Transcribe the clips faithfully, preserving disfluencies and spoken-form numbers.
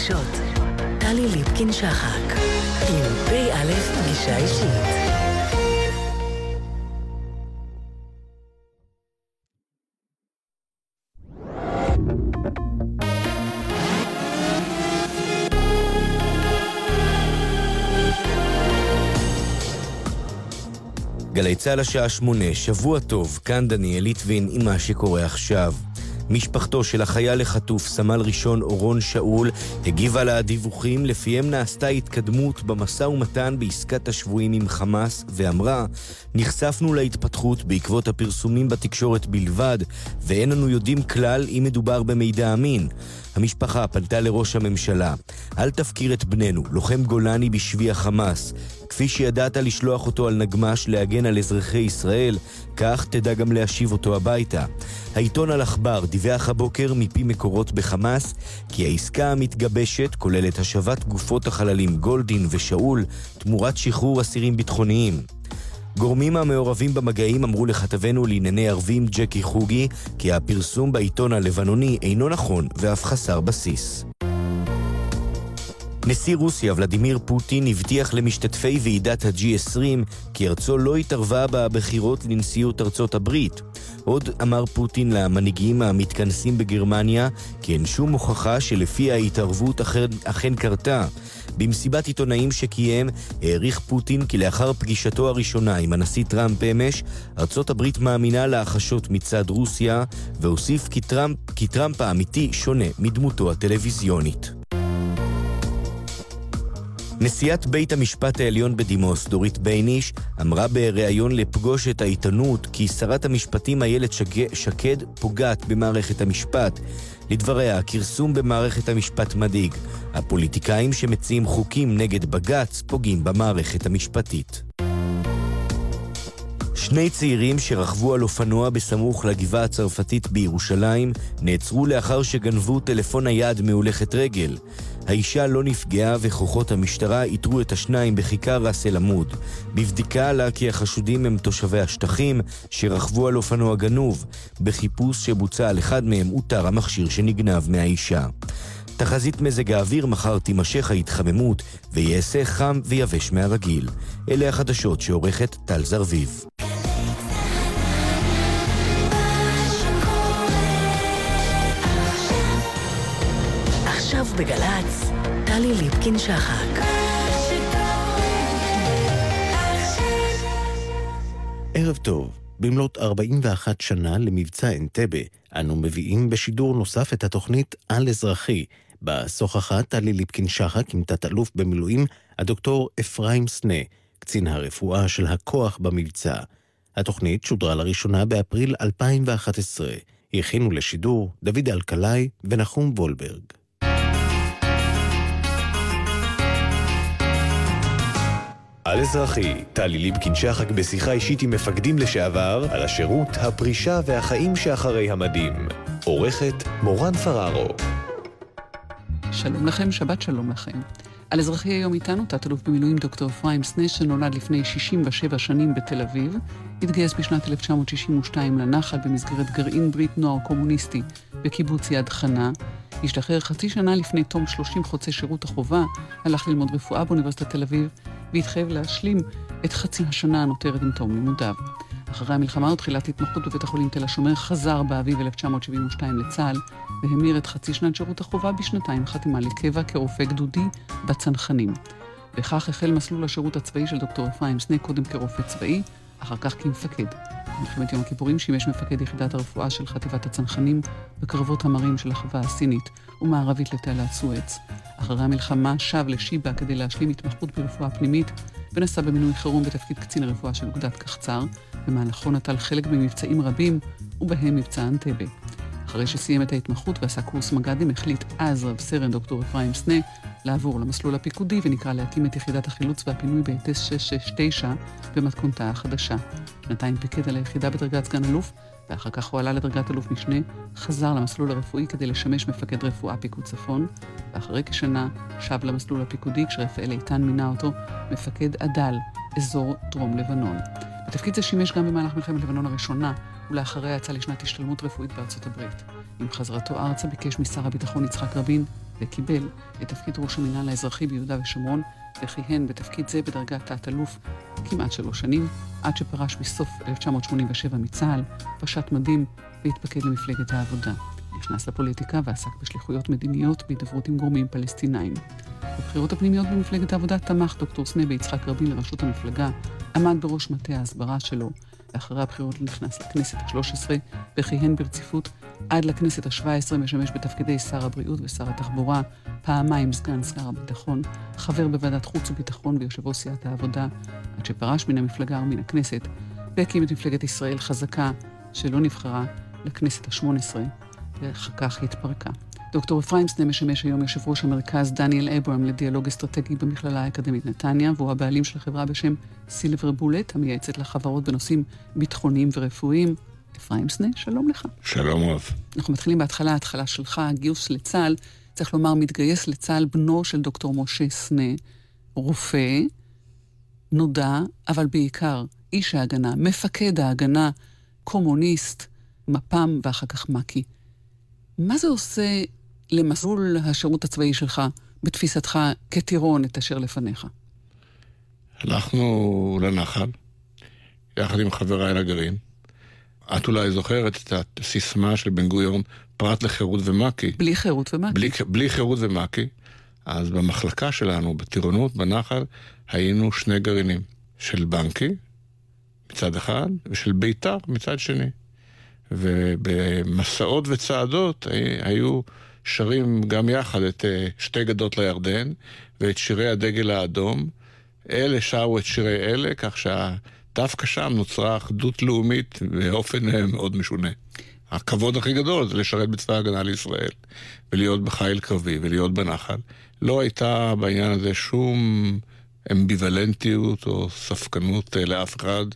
החדשות. טלי ליפקין שחק עם פי א' פגישה אישית. גלי צהל השעה שמונה, שבוע טוב, כאן דניאל ליטבין עם מה שקורה עכשיו. משפחתו של החייל החטוף, סמל ראשון אורון שאול, הגיבה לדיווחים לפיהם נעשתה התקדמות במשא ומתן בעסקת השבויים עם חמאס, ואמרה, נחשפנו להתפתחות בעקבות הפרסומים בתקשורת בלבד, ואין אנו יודעים כלל אם מדובר במידע אמין. המשפחה פנתה לראש הממשלה, אל תפקיר את בננו, לוחם גולני בשבי החמאס. כפי שידעת לשלוח אותו על נגמש להגן על אזרחי ישראל, כך תדע גם להשיב אותו הביתה. העיתון אל-אחבר דיווח הבוקר מפי מקורות בחמאס, כי העסקה המתגבשת כוללת השבת גופות החללים גולדין ושאול, תמורת שחרור אסירים ביטחוניים. גורמים המעורבים במגעים אמרו לכתבנו לענייני ערבים ג'קי חוגי, כי הפרסום בעיתון הלבנוני אינו נכון ואף חסר בסיס. נשיא רוסיה ולדימיר פוטין הבטיח למשתתפי ועידת ה-ג'י עשרים כי ארצו לא התערבה בבחירות לנשיאות ארצות הברית. עוד אמר פוטין למנהיגים המתכנסים בגרמניה כי אין שום הוכחה שלפי ההתערבות אכן, אכן קרתה. במסיבת עיתונאים שקיים העריך פוטין כי לאחר פגישתו הראשונה עם הנשיא טראמפ אמש, ארצות הברית מאמינה להחשות מצד רוסיה, והוסיף כי טראמפ, כי טראמפ האמיתי שונה מדמותו הטלוויזיונית. נשיאת בית המשפט העליון בדימוס, דורית בייניש, אמרה בריאיון לפגוש את העיתונות כי שרת המשפטים איילת שקד פוגעת במערכת המשפט. לדבריה, הכרסום במערכת המשפט מדאיג. הפוליטיקאים שמציעים חוקים נגד בג"ץ פוגעים במערכת המשפטית. שני צעירים שרכבו על אופנוע בסמוך לגבעה הצרפתית בירושלים נעצרו לאחר שגנבו טלפון נייד מהולכת רגל. האישה לא נפגעה וכוחות המשטרה איתרו את השניים בכיכר ראס אל עמוד. בבדיקה עלה כי החשודים הם תושבי השטחים שרכבו על אופנוע גנוב. בחיפוש שבוצע על אחד מהם אותר המכשיר שנגנב מהאישה. תחזית מזג האוויר, מחר תימשך ההתחממות ויעשה חם ויבש מהרגיל. אלה החדשות שעורכת טל זרביב. עכשיו בגלץ, טלי ליפקין שחק. ערב טוב. במלאת ארבעים ואחת שנה למבצע אנטבה, אנו מביאים בשידור נוסף את התוכנית על אזרחי. בשוחחה טלי ליפקין שחק עם תת-אלוף במילואים, הדוקטור אפרים סנה, קצין הרפואה של הכוח במבצע. התוכנית שודרה לראשונה באפריל אלפיים ואחת עשרה. הכינו לשידור דוד אלקלעי ונחום וולברג. על אזרחי, טלי ליפקין שחק בשיחה אישית עם מפקדים לשעבר על השירות, הפרישה והחיים שאחרי המדים. עורכת מורן פררו. שלום לכם, שבת שלום לכם. על אזרחי היום איתנו תת-אלוף במילואים דוקטור אפרים סנה, שנולד לפני שישים ושבע שנים בתל אביב, התגייס בשנת אלף תשע מאות שישים ושתיים לנחל במסגרת גרעין ברית נוער קומוניסטי בקיבוץ יד חנה. השתחרר חצי שנה לפני תום שלושים חודשי שירות החובה, הלך ללמוד רפואה באוניברסיטת תל אביב, והתחייב להשלים את חצי השנה הנותרת עם תום לימודיו. אחרי המלחמה ותחילת התמחות בבית החולים תל השומר, חזר באביב אלף תשע מאות שבעים ושתיים לצה"ל, והמיר את חצי שנת שירות החובה בשנתיים חתימה לקבע כרופא גדודי בצנחנים. וכך החל מסלול השירות הצבאי של דוקטור אפרים סנה, קודם כרופא צבאי, אחר כך כמפקד. במלחמת יום הכיפורים שימש מפקד יחידת הרפואה של חטיבת הצנחנים בקרבות המרים של החווה הסינית ומערבית לתעלת סואץ. אחרי המלחמה שב לשיבה כדי להשלים התמחות ברפואה פנימית, ונסע במינוי חירום בתפקיד קצין הרפואה של אוגדת קחצר, במהלכו נטל חלק במבצעים רבים, ובהם מבצע אנטבה. אחרי שסיים את ההתמחות ועשה קורס מג"דים, החליט אז רב סרן דוקטור אפרים סנה לעבור למסלול הפיקודי, ונקרא להקים את יחידת החילוץ והפינוי ב-שש שש שש תשע במתכונתה החדשה. שנתיים פיקד על היחידה בדרגת סגן אלוף, ואחר כך הוא עלה לדרגת אלוף משנה, חזר למסלול הרפואי כדי לשמש מפקד רפואה פיקוד צפון, ואחרי כשנה שב למסלול הפיקודי כשרפאל איתן מינה אותו מפקד עדל, אזור דרום לבנון. בתפקיד זה שימש גם במהלך מלחמת לבנון הראשונה, ולאחריה יצא לשנת השתלמות רפואית בארצות הברית. עם חזרתו ארצה ביקש משר הביטחון יצחק רבין וקיבל את תפקיד ראש המינהל האזרחי ביהודה ושומרון, וכיהן בתפקיד זה בדרגת תת-אלוף כמעט שלוש שנים, עד שפרש בסוף אלף תשע מאות שמונים ושבע מצה"ל, פשט מדים והתפקד למפלגת העבודה. נכנס לפוליטיקה ועסק בשליחויות מדיניות בהידברות עם גורמים פלסטינאים. בבחירות הפנימיות במפלגת העבודה תמך דוקטור סנה ביצחק רבין לראשות המפלגה, עמד בראש מטה ההסברה שלו, ואחרי הבחירות נכנס לכנסת ה-שלוש עשרה וכיהן ברציפות עד לכנסת ה-שבע עשרה, משמש בתפקידי שר הבריאות ושר התחבורה, פעמיים סגן שר הביטחון, חבר בוועדת חוץ וביטחון ויושב ראש סיעת העבודה, עד שפרש מן המפלגה ומן הכנסת, והקים את מפלגת ישראל חזקה, שלא נבחרה לכנסת ה-שמונה עשרה, ואחר כך התפרקה. דוקטור אפרים סנה משמש היום יושב ראש המרכז דניאל אברהם לדיאלוג אסטרטגי במכללה האקדמית נתניה, והוא הבעלים של חברה בשם סילבר בולט, המייעצת לחברות בנושאים ביטחוניים ורפואיים. אפרים סנה, שלום לך. שלום רב. אנחנו מתחילים בהתחלה, ההתחלה שלך, גיוס לצה"ל, צריך לומר, מתגייס לצה"ל בנו של דוקטור משה סנה, רופא, נודע, אבל בעיקר איש ההגנה, מפקד ההגנה, קומוניסט, מפ"ם ואחר כך מקי. מה זה עושה למסלול השירות הצבאי שלך בתפיסתך כטירון את אשר לפניך? הלכנו לנחל, יחד עם חבריי לגרעין. את אולי זוכרת את הסיסמה של בן גוריון, פרט לחירות ומקי. בלי חירות ומקי. בלי, בלי חירות ומקי. אז במחלקה שלנו, בטירונות, בנחל, היינו שני גרעינים. של בנקי, מצד אחד, ושל ביתר, מצד שני. ובמסעות וצעדות היו שרים גם יחד את שתי גדות לירדן ואת שירי הדגל האדום. אלה שרו את שירי אלה, כך שדווקא שם נוצרה אחדות לאומית באופן מאוד משונה. הכבוד הכי גדול זה לשרת בצבא ההגנה לישראל ולהיות בחיל קרבי ולהיות בנחל. לא הייתה בעניין הזה שום אמביוולנטיות או ספקנות לאף אחד,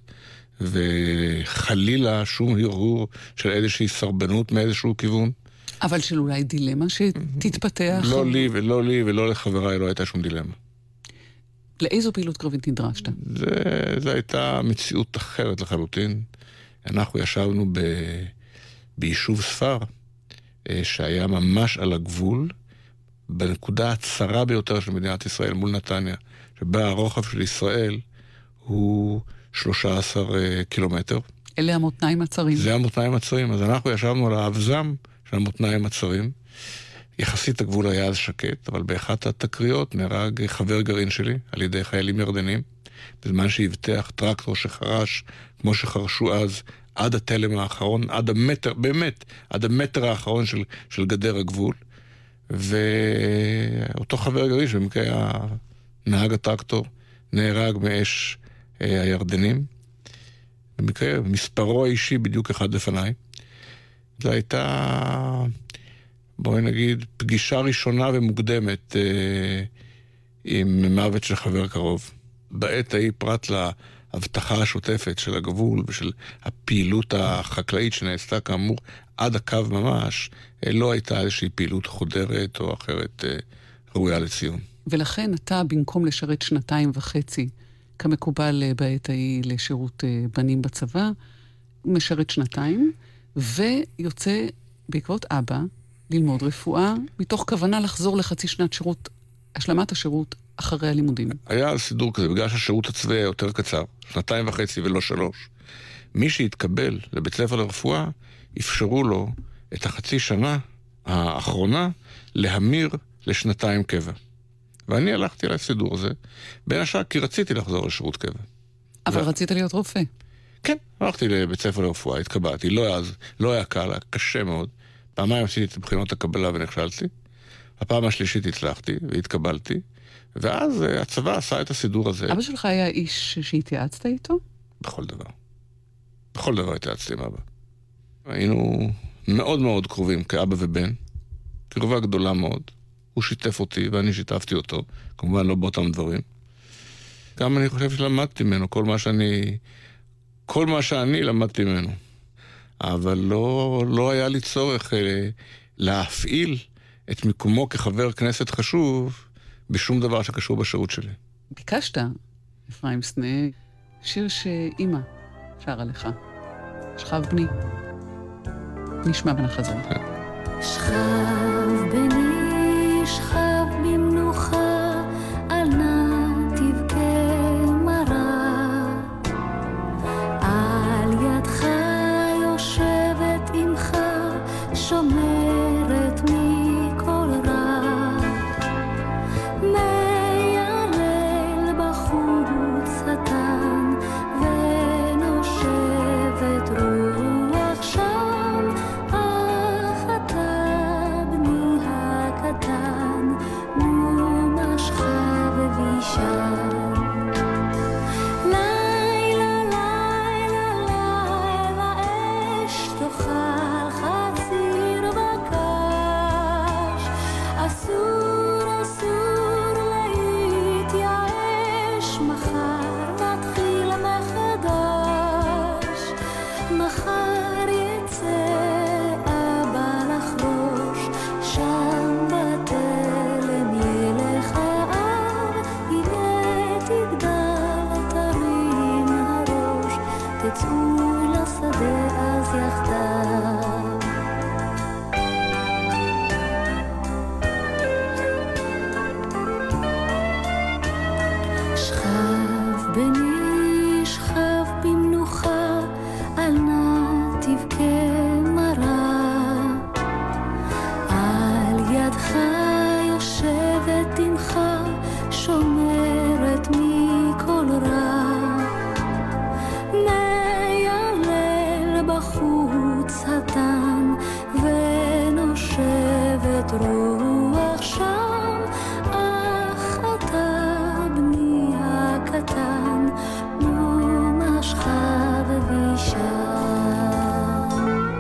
וחלילה שום הרהור של איזושהי סרבנות מאיזשהו כיוון. אבל של אולי דילמה שתתפתח? לא לי ולא לי ולא לחבריי לא הייתה שום דילמה. לאיזו פעילות קרבית נדרשת? זה, זה הייתה מציאות אחרת לחלוטין. אנחנו ישבנו ב, ביישוב ספר, שהיה ממש על הגבול, בנקודה הצרה ביותר של מדינת ישראל מול נתניה, שבה הרוחב של ישראל הוא שלושה עשר קילומטר. אלה המותניים הצרים. זה המותניים הצרים. אז אנחנו ישבנו על האבזם של המותניים הצרים. יחסית הגבול היה אז שקט, אבל באחת התקריות נהרג חבר גרעין שלי על ידי חיילים ירדנים, בזמן שהבטח טרקטור שחרש, כמו שחרשו אז, עד התלם האחרון, עד המטר, באמת, עד המטר האחרון של, של גדר הגבול. ואותו חבר גרעין, שבמקרה נהג הטרקטור, נהרג מאש הירדנים, במקרה, מספרו האישי בדיוק אחד לפניי. זו הייתה, בואי נגיד, פגישה ראשונה ומוקדמת אה, עם מוות של חבר קרוב. בעת ההיא, פרט להבטחה השוטפת של הגבול ושל הפעילות החקלאית שנעשתה כאמור עד הקו ממש, אה, לא הייתה איזושהי פעילות חודרת או אחרת אה, ראויה לציון. ולכן אתה, במקום לשרת שנתיים וחצי, כמקובל בעת ההיא לשירות בנים בצבא, משרת שנתיים, ויוצא בעקבות אבא ללמוד רפואה, מתוך כוונה לחזור לחצי שנת שירות, השלמת השירות אחרי הלימודים. היה סידור כזה, בגלל שהשירות הצבאי היה יותר קצר, שנתיים וחצי ולא שלוש. מי שהתקבל לבית ספר לרפואה, אפשרו לו את החצי שנה האחרונה להמיר לשנתיים קבע. ואני הלכתי לסידור הזה, בין השאר כי רציתי לחזור לשירות קבע. אבל ו... רצית להיות רופא. כן, הלכתי לבית ספר לרפואה, התקבלתי, לא היה, לא היה קל, היה קשה מאוד. פעמיים עשיתי את בחינות הקבלה ונכשלתי. הפעם השלישית הצלחתי והתקבלתי, ואז הצבא עשה את הסידור הזה. אבא שלך היה איש שהתייעצת איתו? בכל דבר. בכל דבר התייעצתי עם אבא. היינו מאוד מאוד קרובים כאבא ובן, קרובה גדולה מאוד. הוא שיתף אותי ואני שיתפתי אותו, כמובן לא באותם דברים. גם אני חושב שלמדתי ממנו, כל מה שאני, כל מה שאני למדתי ממנו. אבל לא, לא היה לי צורך אה, להפעיל את מקומו כחבר כנסת חשוב בשום דבר שקשור בשירות שלי. ביקשת, אפרים סנה, שיר שאימא שרה לך. שכב בני. נשמע ונחזור. שכב בני שכב במנוחה, אל נא תבכה מרה. על ידך יושבת אמך, שומרת מכל רע. מיילל בחוץ התן, ונושבת רוח שם. אך אתה בני הקטן, נו משך ובישן. לילה, לילה, לילה, אש תאכל חציר בקש. אסור, אסור להתייאש, מחר מתחיל מחדש. מחר יצא אבא לחרוש, שם בתלם ילך האב. הנה תגדל תרים הראש, תצאו לשדה אז יחדיו. שכב בני, שכב במנוחה, אל נא תבכה מרה. על ידך יושבת אמך, שומרת מכל רע. מיילל בחוץ התן, ונושבת רוח שם. אך אתה בני הקטן, נו משך ובישן.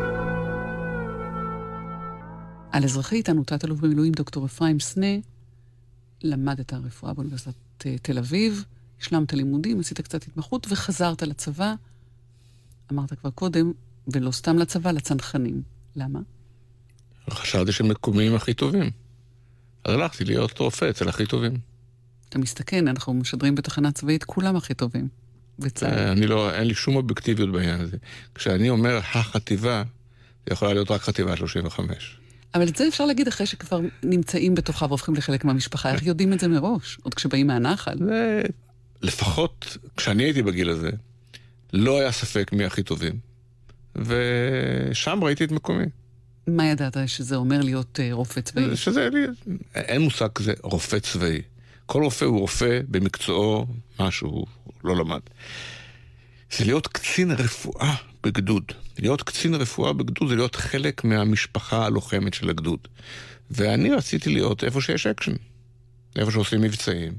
על אזרחי איתנו תת-אלוף במילואים דוקטור אפרים סנה. למדת רפואה באוניברסיטת אה, תל אביב, השלמת לימודים, עשית קצת התמחות וחזרת לצבא. אמרת כבר קודם, ולא סתם לצבא, לצנחנים. למה? חשבתי שמקומיים הכי טובים. אז הלכתי להיות רופא אצל הכי טובים. אתה מסתכן, אנחנו משדרים בתחנה צבאית, כולם הכי טובים. בצה"ל. אני לא, אין לי שום אובייקטיביות בעניין הזה. כשאני אומר החטיבה, זה יכולה להיות רק חטיבה שלושים וחמש. אבל את זה אפשר להגיד אחרי שכבר נמצאים בתוכה והופכים לחלק מהמשפחה. איך יודעים את זה מראש? עוד כשבאים מהנחל? לפחות כשאני הייתי בגיל הזה, לא היה ספק מי הכי טובים. ושם ראיתי את מקומי. מה ידעת שזה אומר להיות רופא צבאי? שזה, אין מושג כזה רופא צבאי. כל רופא הוא רופא במקצועו, משהו הוא לא למד. זה להיות קצין רפואה בגדוד. להיות קצין רפואה בגדוד זה להיות חלק מהמשפחה הלוחמת של הגדוד. ואני רציתי להיות איפה שיש אקשן. איפה שעושים מבצעים.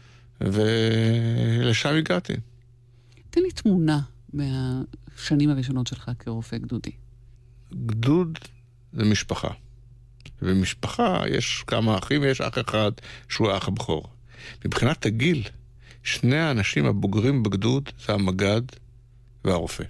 ולשם הגעתי. תן לי תמונה מהשנים הראשונות שלך כרופא גדודי. גדוד זה משפחה. ובמשפחה יש כמה אחים ויש אח אחד שהוא האח הבכור. מבחינת הגיל, שני האנשים הבוגרים בגדוד זה המגד והרופא.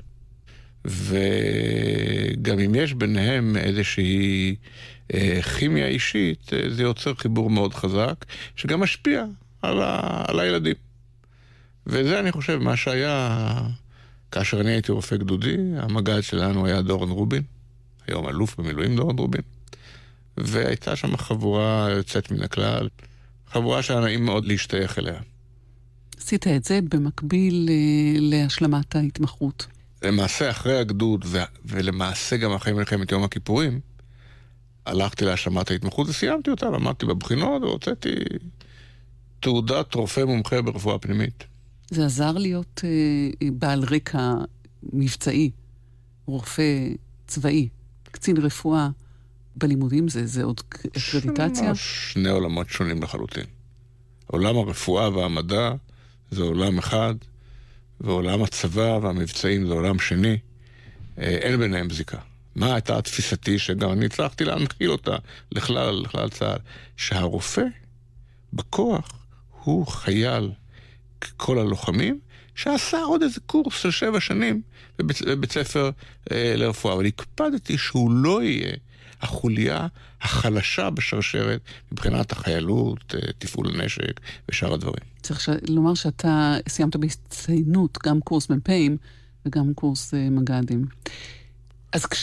וגם אם יש ביניהם איזושהי אה, כימיה אישית, אה, זה יוצר חיבור מאוד חזק, שגם משפיע על, ה, על הילדים. וזה אני חושב מה שהיה, כאשר אני הייתי רופא גדודי, המגד שלנו היה דורון רובין, היום אלוף במילואים דורון רובין, והייתה שם חבורה יוצאת מן הכלל, חבורה שהיה נעים מאוד להשתייך אליה. עשית את זה במקביל להשלמת ההתמחות. למעשה אחרי הגדוד, ו- ולמעשה גם אחרי מלחמת יום הכיפורים, הלכתי להשלמת ההתמחות וסיימתי אותה, למדתי בבחינות והוצאתי תעודת רופא מומחה ברפואה פנימית. זה עזר להיות אה, בעל רקע מבצעי, רופא צבאי, קצין רפואה בלימודים, זה, זה עוד קרדיטציה? שני עולמות שונים לחלוטין. עולם הרפואה והמדע זה עולם אחד, ועולם הצבא והמבצעים זה עולם שני. אין ביניהם זיקה. מה הייתה התפיסתי שגם אני הצלחתי להנחיל אותה לכלל, לכלל צה"ל? שהרופא בכוח הוא חייל כל הלוחמים, שעשה עוד איזה קורס של שבע שנים בבית, בבית ספר אה, לרפואה, אבל הקפדתי שהוא לא יהיה החוליה החלשה בשרשרת מבחינת החיילות, אה, תפעול הנשק ושאר הדברים. צריך ש... לומר שאתה סיימת בהצטיינות גם קורס מ"פים וגם קורס אה, מג"דים. אז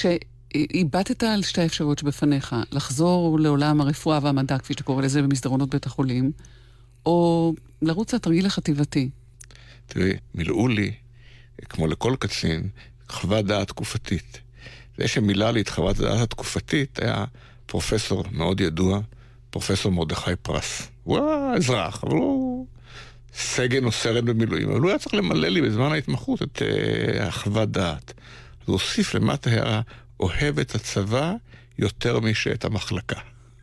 איבדת על שתי האפשרויות שבפניך, לחזור לעולם הרפואה והמדע, כפי שאתה קורא לזה במסדרונות בית החולים, או לרוץ לתרגיל החטיבתי. תראי, מילאו לי, כמו לכל קצין, חוות דעת תקופתית. זה שמילא לי את חוות הדעת התקופתית היה פרופסור מאוד ידוע, פרופסור מרדכי פרס. הוא היה אזרח, אבל הוא סגן או סרן במילואים, אבל הוא היה צריך למלא לי בזמן ההתמחות את uh, החוות דעת. הוא הוסיף למטה הערה, אוהב את הצבא יותר משאת המחלקה.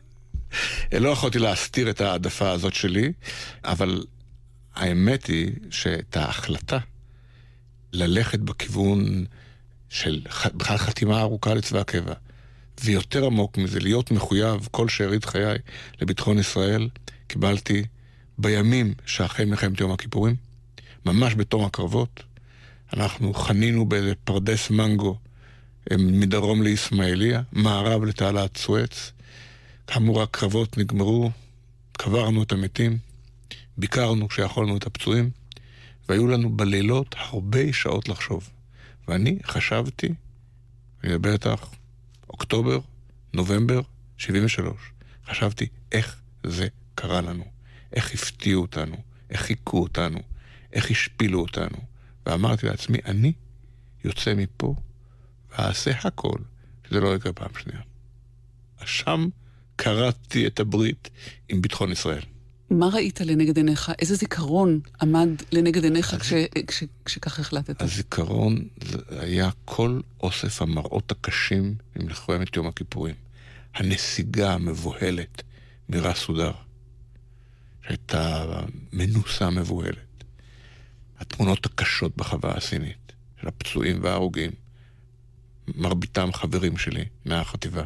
לא יכולתי להסתיר את העדפה הזאת שלי, אבל האמת היא שאת ההחלטה ללכת בכיוון של בכלל חתימה ארוכה לצבא הקבע, ויותר עמוק מזה, להיות מחויב כל שארית חיי לביטחון ישראל, קיבלתי בימים שאחרי מלחמת יום הכיפורים, ממש בתום הקרבות. אנחנו חנינו באיזה פרדס מנגו מדרום לישמעאליה, מערב לתעלת סואץ. כאמור הקרבות נגמרו, קברנו את המתים, ביקרנו כשיכולנו את הפצועים, והיו לנו בלילות הרבה שעות לחשוב. ואני חשבתי, אני מדבר איתך, אוקטובר, נובמבר, שבעים ושלוש, חשבתי איך זה קרה לנו, איך הפתיעו אותנו, איך חיכו אותנו, איך השפילו אותנו. ואמרתי לעצמי, אני יוצא מפה ואעשה הכל, שזה לא יקרה פעם שנייה. שם קראתי את הברית עם ביטחון ישראל. מה ראית לנגד עיניך? איזה זיכרון עמד לנגד עיניך כש, כש, כשכך החלטת? הזיכרון היה כל אוסף המראות הקשים ממלחמת יום הכיפורים. הנסיגה המבוהלת מרס סודר, שהייתה מנוסה מבוהלת. התמונות הקשות בחווה הסינית, של הפצועים וההרוגים, מרביתם חברים שלי מהחטיבה.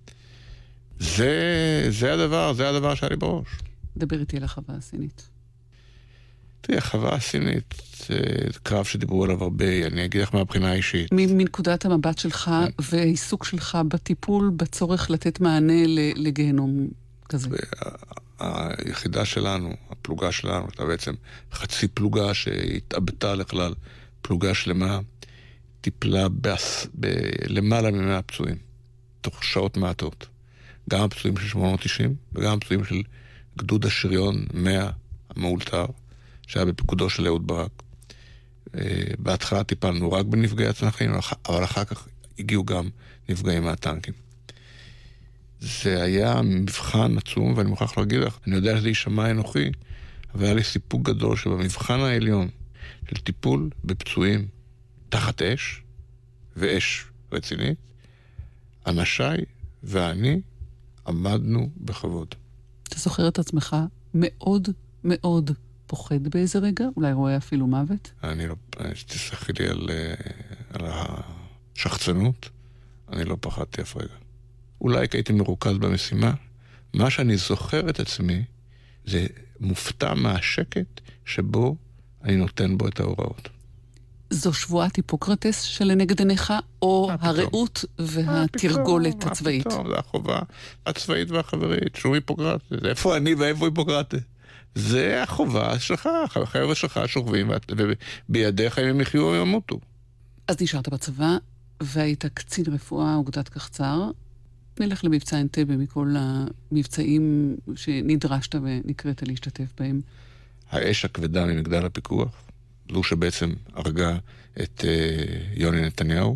זה, זה הדבר, זה הדבר שהיה לי בראש. דבר איתי על החווה הסינית. תראי, החווה הסינית זה קרב שדיברו עליו הרבה, אני אגיד לך מהבחינה האישית. מנקודת המבט שלך והעיסוק שלך בטיפול, בצורך לתת מענה לגהנום כזה. היחידה שלנו, הפלוגה שלנו, הייתה בעצם חצי פלוגה שהתאבטה לכלל, פלוגה שלמה, טיפלה למעלה ממאה פצועים, תוך שעות מעטות. גם הפצועים של שמונה מאות תשעים וגם הפצועים של גדוד השריון מאה המאולתר, שהיה בפיקודו של אהוד ברק. בהתחלה טיפלנו רק בנפגעי הצנחים, אבל אחר כך הגיעו גם נפגעים מהטנקים. זה היה מבחן עצום, ואני מוכרח להגיד לך, אני יודע שזה יישמע אנוכי, אבל היה לי סיפוק גדול שבמבחן העליון של טיפול בפצועים תחת אש, ואש רצינית, אנשיי ואני עמדנו בכבוד. אתה זוכר את עצמך מאוד מאוד פוחד באיזה רגע? אולי רואה אפילו מוות? אני לא, תסלחי לי על, על השחצנות, אני לא פחדתי אף רגע. אולי כי הייתי מרוכז במשימה, מה שאני זוכר את עצמי, זה מופתע מהשקט שבו אני נותן בו את ההוראות. זו שבועת היפוקרטס שלנגד עיניך, או הרעות והתרגולת הצבאית? מה פתאום, זה החובה הצבאית והחברית, שום היפוקרטס. איפה אני ואיפה היפוקרטס? זה החובה שלך, החבר'ה שלך שוכבים, ובידיך הם יחיו או ימותו. אז נשארת בצבא, והיית קצין רפואה אוגדת קחצר. נלך למבצע אנטבה מכל המבצעים שנדרשת ונקראת להשתתף בהם. האש הכבדה ממגדל הפיקוח, זו שבעצם הרגה את uh, יוני נתניהו.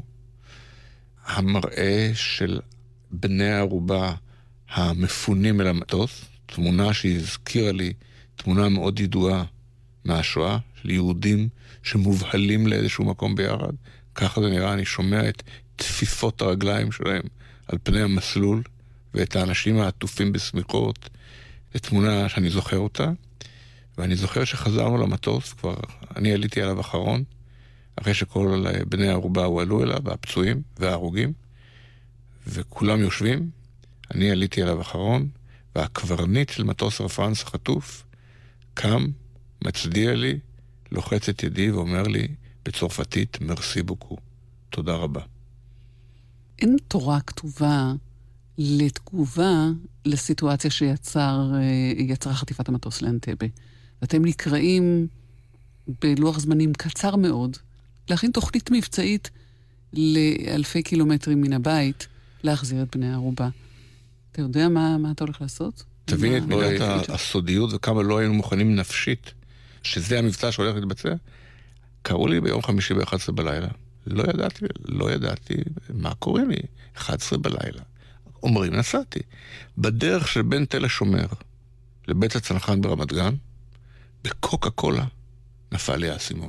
המראה של בני הערובה המפונים אל המטוס, תמונה שהזכירה לי, תמונה מאוד ידועה מהשואה, של יהודים שמובהלים לאיזשהו מקום ביחד. ככה זה נראה, אני שומע את תפיפות הרגליים שלהם על פני המסלול, ואת האנשים העטופים בסמיכות, את תמונה שאני זוכר אותה, ואני זוכר שחזרנו למטוס, כבר אני עליתי עליו אחרון, אחרי שכל בני הערובה הועלו אליו, והפצועים וההרוגים, וכולם יושבים, אני עליתי עליו אחרון, והקברניט של מטוס רפרנס החטוף, קם, מצדיע לי, לוחץ את ידי ואומר לי, בצרפתית, מרסי בוקו, תודה רבה. אין תורה כתובה לתגובה לסיטואציה שיצר, יצרה חטיפת המטוס לאנטבה. ואתם נקראים בלוח זמנים קצר מאוד להכין תוכנית מבצעית לאלפי קילומטרים מן הבית, להחזיר את בני הערובה. אתה יודע מה, מה אתה הולך לעשות? תבין את מידת הסודיות וכמה לא היינו מוכנים נפשית, שזה המבצע שהולך להתבצע. קראו לי ביום חמישי ב-אחת עשרה בלילה. לא ידעתי, לא ידעתי מה קוראים לי. אחת עשרה בלילה. אומרים, נסעתי. בדרך של בין תל השומר לבית הצנחן ברמת גן, בקוקה קולה נפל לי האסימון.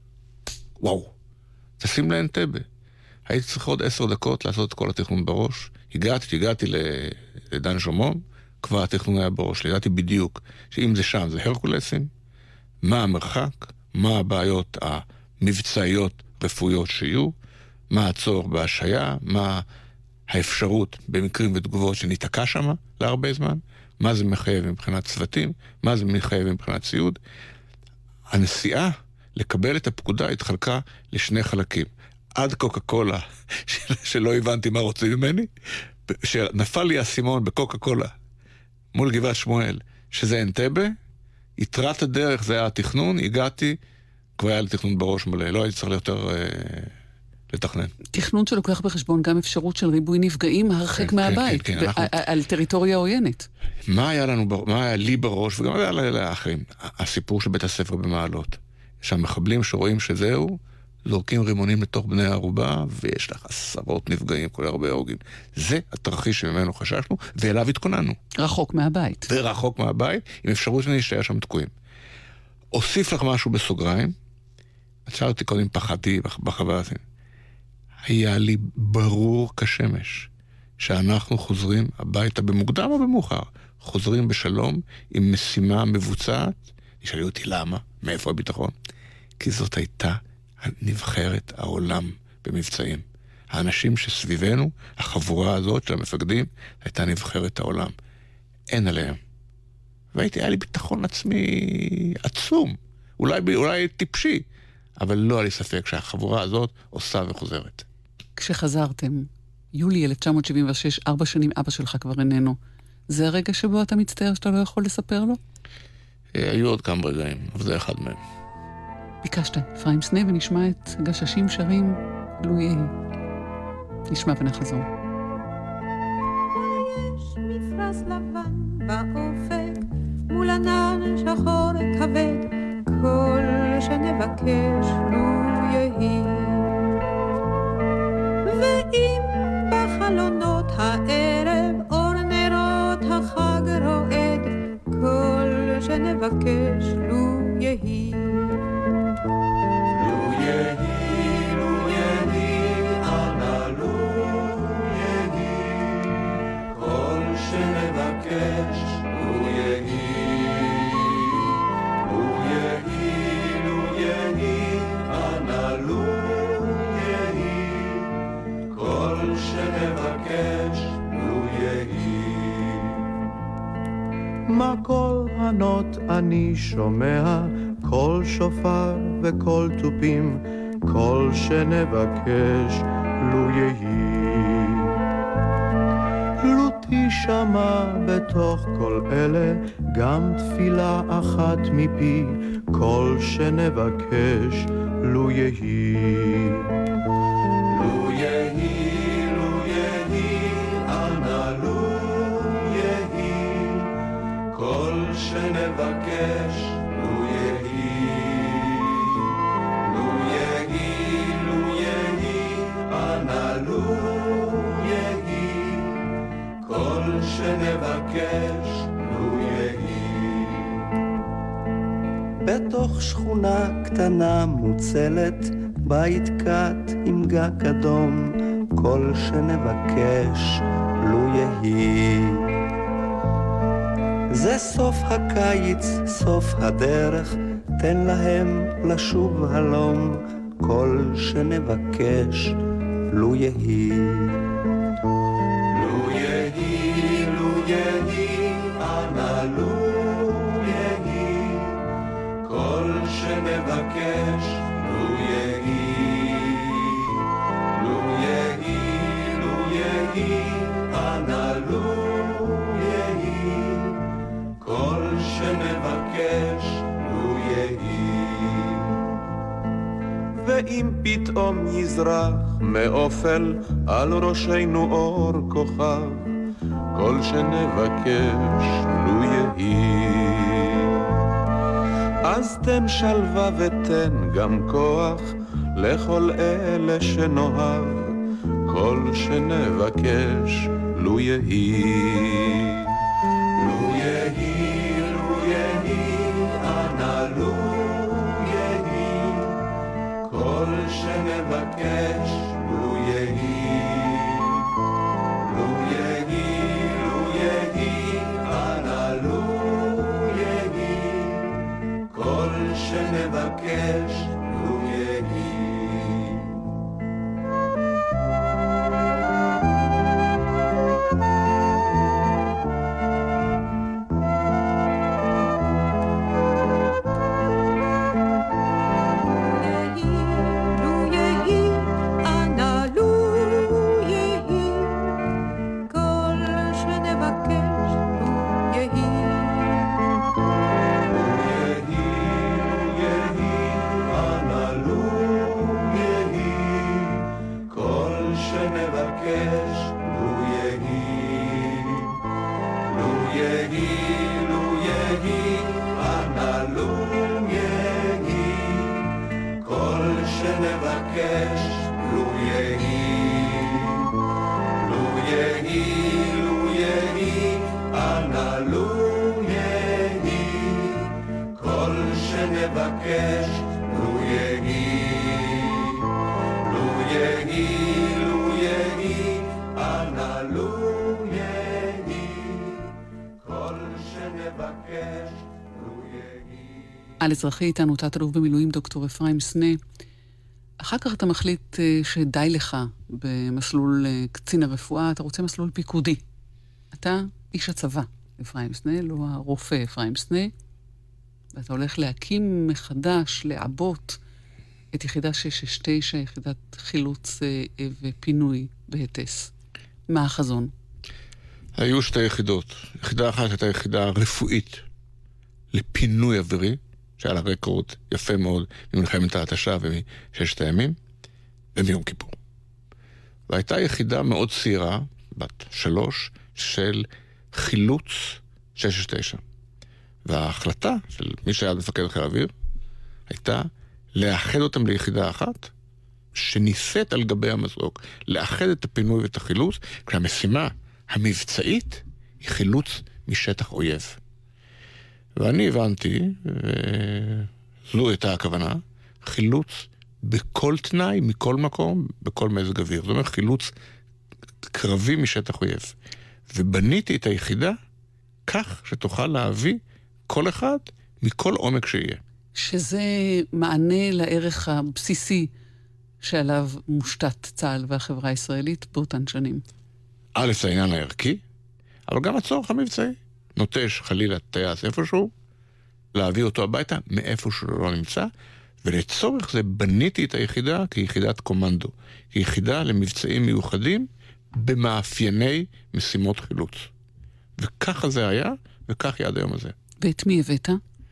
וואו. תשים לאנטבה. הייתי צריך עוד עשר דקות לעשות את כל התכנון בראש. הגעתי, הגעתי לדן שומרון, כבר התכנון היה בראש. ידעתי בדיוק שאם זה שם זה הרקולסים, מה המרחק, מה הבעיות המבצעיות רפואיות שיהיו, מה הצורך בהשעיה, מה האפשרות במקרים ותגובות שניתקע שם להרבה זמן, מה זה מחייב מבחינת צוותים, מה זה מחייב מבחינת ציוד. הנסיעה לקבל את הפקודה התחלקה לשני חלקים. עד קוקה קולה, שלא הבנתי מה רוצים ממני, שנפל לי הסימון בקוקה קולה, מול גבעת שמואל, שזה אנטבה, יתרת הדרך, זה היה התכנון, הגעתי, כבר היה לתכנון בראש מלא, לא הייתי צריך יותר אה, לתכנן. תכנון שלוקח בחשבון גם אפשרות של ריבוי נפגעים הרחק כן, מהבית, כן, כן, כן, אנחנו... על טריטוריה עוינת. מה היה לנו, מה היה לי בראש, וגם היה לאחרים, הסיפור של בית הספר במעלות, שהמחבלים שרואים שזהו, זורקים רימונים לתוך בני הערובה, ויש לך עשרות נפגעים, כל הרבה הורגים. זה התרחיש שממנו חששנו, ואליו התכוננו. רחוק מהבית. ורחוק מהבית, עם אפשרות שנשאר שם תקועים. אוסיף לך משהו בסוגריים, את שאלתי קודם פחדתי בחוויה הזאת. היה לי ברור כשמש, שאנחנו חוזרים הביתה במוקדם או במאוחר, חוזרים בשלום עם משימה מבוצעת. נשאלו אותי למה, מאיפה הביטחון? כי זאת הייתה נבחרת העולם במבצעים. האנשים שסביבנו, החבורה הזאת של המפקדים, הייתה נבחרת העולם. אין עליהם. והייתי, היה לי ביטחון עצמי עצום. אולי, אולי טיפשי, אבל לא היה לי ספק שהחבורה הזאת עושה וחוזרת. כשחזרתם, יולי אלף תשע מאות שבעים ושש, ארבע שנים אבא שלך כבר איננו. זה הרגע שבו אתה מצטער שאתה לא יכול לספר לו? היו עוד כמה רגעים, אבל זה אחד מהם. ביקשת, אפרים סנה, ונשמע את גששים שרים, לו יהי. נשמע ונחזור. יש מפרש לבן באופק, מול ענן שחור כבד, כל שנבקש לו יהי. ואם בחלונות הערב אור נרות החג רועד, כל שנבקש לו יהי. לו יהי, לו יהי, אנא לו יהי, כל שנבקש לו יהי. לו יהי, לו יהי, אנא לו יהי, כל שנבקש לו יהי. מקול ענות אני שומע, קול שופר וקול תופים, קול שנבקש לו יהי. לו תשמע בתוך כל אלה גם תפילה אחת מפי, קול שנבקש לו יהי. לו יהי, לו יהי, אנא לו יהי, כל שנבקש לו יהי. לו יהי, לו יהי, אנא לו יהי, כל שנבקש לו יהי. בתוך שכונה קטנה מוצלת, בית קט עם גג אדום, כל שנבקש לו יהי. זה סוף הקיץ, סוף הדרך, תן להם לשוב הלום, כל שנבקש לו יהי. לו יהי, לו יהי, אנא לו יהי, כל שנבקש לו יהי. לו יהי, לו יהי, אנא לו יהי, כל שנבקש לו יהי. ואם פתאום יזרח מאופל על ראשנו אור כוכב, כל שנבקש לו יהי. אז תן שלווה ותן גם כוח לכל אלה שנאהב, כל שנבקש לו יהי. לו יהי, לו יהי, אנא לו יהי, כל שנבקש לו יהי. לו יהי, לו יהי, אנא לו יהי, כל שנבקש לו יהי. על אזרחי איתנו תת-אלוף במילואים דוקטור אפרים סנה. אחר כך אתה מחליט שדי לך במסלול קצין הרפואה, אתה רוצה מסלול פיקודי. אתה איש הצבא, אפרים סנה, לא הרופא אפרים סנה, ואתה הולך להקים מחדש, לעבות את יחידה שש שש תשע, יחידת חילוץ ופינוי בהטס. מה החזון? היו שתי יחידות. יחידה אחת הייתה יחידה רפואית לפינוי אווירי, שהיה לה רקורד יפה מאוד ממלחמת ההתשה ומששת הימים, ומיום כיפור. והייתה יחידה מאוד צעירה, בת שלוש, של חילוץ שש שש תשע. וההחלטה של מי שהיה מפקד חיל האוויר, הייתה לאחד אותם ליחידה אחת, שניסית על גבי המסוק, לאחד את הפינוי ואת החילוץ, כשהמשימה המבצעית היא חילוץ משטח אויב. ואני הבנתי, וזו הייתה הכוונה, חילוץ בכל תנאי, מכל מקום, בכל מזג אוויר. זאת אומרת, חילוץ קרבי משטח אויב. ובניתי את היחידה כך שתוכל להביא כל אחד מכל עומק שיהיה. שזה מענה לערך הבסיסי שעליו מושתת צה"ל והחברה הישראלית באותן שנים. א', זה העניין הערכי, אבל גם הצורך המבצעי. נוטש חלילה טייס איפשהו, להביא אותו הביתה מאיפה שהוא לא נמצא, ולצורך זה בניתי את היחידה כיחידת קומנדו, כיחידה למבצעים מיוחדים במאפייני משימות חילוץ. וככה זה היה, וכך יעד היום הזה. ואת מי הבאת?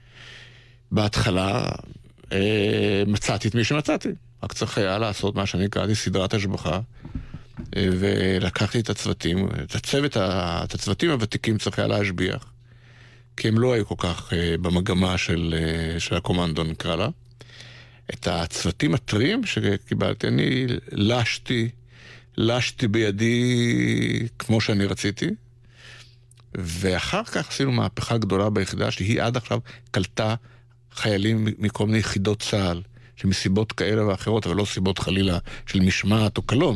בהתחלה אה, מצאתי את מי שמצאתי. רק צריך היה לעשות מה שאני קראתי סדרת השבחה, אה, ולקחתי את הצוותים, את הצוות, את הצוותים הוותיקים צריך היה להשביח, כי הם לא היו כל כך אה, במגמה של, אה, של הקומנדו נקרא לה. את הצוותים הטריים שקיבלתי, אני לשתי, לשתי בידי כמו שאני רציתי, ואחר כך עשינו מהפכה גדולה ביחידה, שהיא עד עכשיו קלטה חיילים מכל מיני יחידות צה"ל, שמסיבות כאלה ואחרות, אבל לא סיבות חלילה של משמעת או קלון.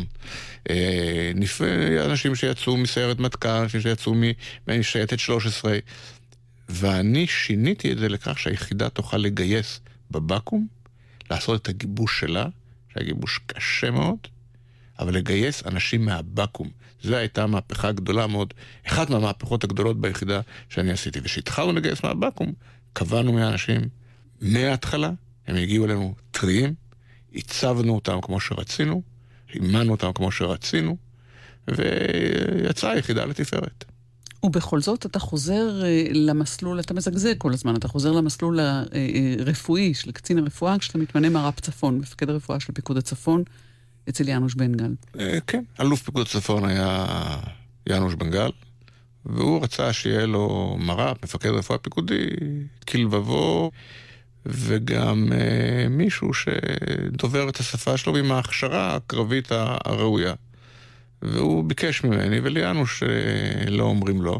אנשים שיצאו מסיירת מטכ"ל, אנשים שיצאו משייטת שלוש עשרה, ואני שיניתי את זה לכך שהיחידה תוכל לגייס בבקו"ם, לעשות את הגיבוש שלה, שהיה גיבוש קשה מאוד, אבל לגייס אנשים מהבקו"ם. זו הייתה מהפכה גדולה מאוד, אחת מהמהפכות הגדולות ביחידה שאני עשיתי. ושהתחלנו לגייס מהבקו"ם, קבענו מהאנשים מההתחלה, הם הגיעו אלינו טריים, הצבנו אותם כמו שרצינו, אימנו אותם כמו שרצינו, ויצאה היחידה לתפארת. ובכל זאת אתה חוזר למסלול, אתה מזגזג כל הזמן, אתה חוזר למסלול הרפואי של קצין הרפואה, כשאתה מתמנה מהרב צפון, מפקד הרפואה של פיקוד הצפון, אצל ינוש בן גל. כן, אלוף פיקוד הצפון היה ינוש בן גל, והוא רצה שיהיה לו מר"פ, מפקד רפואה פיקודי, כלבבו, וגם אה, מישהו שדובר את השפה שלו עם ההכשרה הקרבית הראויה. והוא ביקש ממני, וליאנוש אה, לא אומרים לו,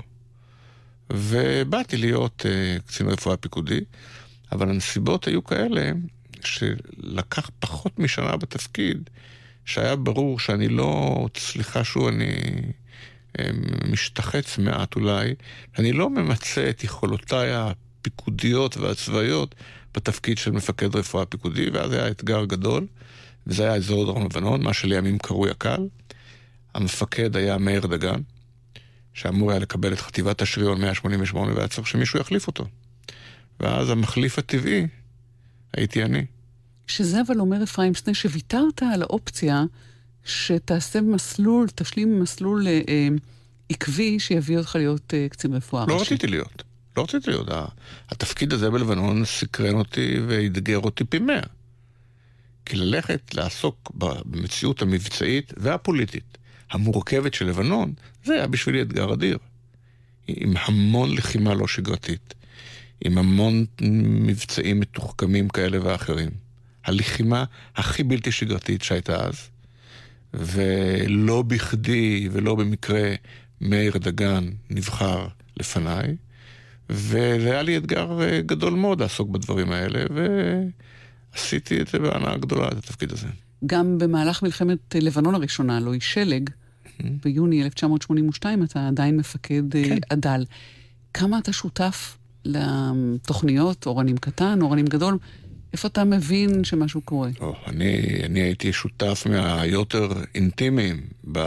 ובאתי להיות אה, קצין רפואה פיקודי, אבל הנסיבות היו כאלה שלקח פחות משנה בתפקיד, שהיה ברור שאני לא, סליחה שוב, אני אה, משתחץ מעט אולי, אני לא ממצא את יכולותיי הפיקודיות והצבאיות בתפקיד של מפקד רפואה פיקודי, ואז היה אתגר גדול, וזה היה אזור דרום לבנון, מה שלימים קרוי הקל. המפקד היה מאיר דגן, שאמור היה לקבל את חטיבת השריון מאה שמונים ושמונה, והיה צריך שמישהו יחליף אותו. ואז המחליף הטבעי הייתי אני. שזה אבל אומר אפרים סנה, שוויתרת על האופציה שתעשה מסלול, תשלים מסלול אה, עקבי שיביא אותך להיות אה, קצין רפואה ראשי. לא רציתי להיות. לא רציתי להיות. התפקיד הזה בלבנון סקרן אותי והתגר אותי פי מאה. כי ללכת לעסוק במציאות המבצעית והפוליטית המורכבת של לבנון, זה היה בשבילי אתגר אדיר. עם המון לחימה לא שגרתית. עם המון מבצעים מתוחכמים כאלה ואחרים. הלחימה הכי בלתי שגרתית שהייתה אז. ולא בכדי ולא במקרה מאיר דגן נבחר לפניי. וזה היה לי אתגר גדול מאוד לעסוק בדברים האלה, ועשיתי את זה בהנאה גדולה, את התפקיד הזה. גם במהלך מלחמת לבנון הראשונה, לואי שלג, ביוני אלף תשע מאות שמונים ושתיים, אתה עדיין מפקד עדל. כמה אתה שותף לתוכניות, אורנים קטן, אורנים גדול? איפה אתה מבין שמשהו קורה? אני, אני הייתי שותף מהיותר אינטימיים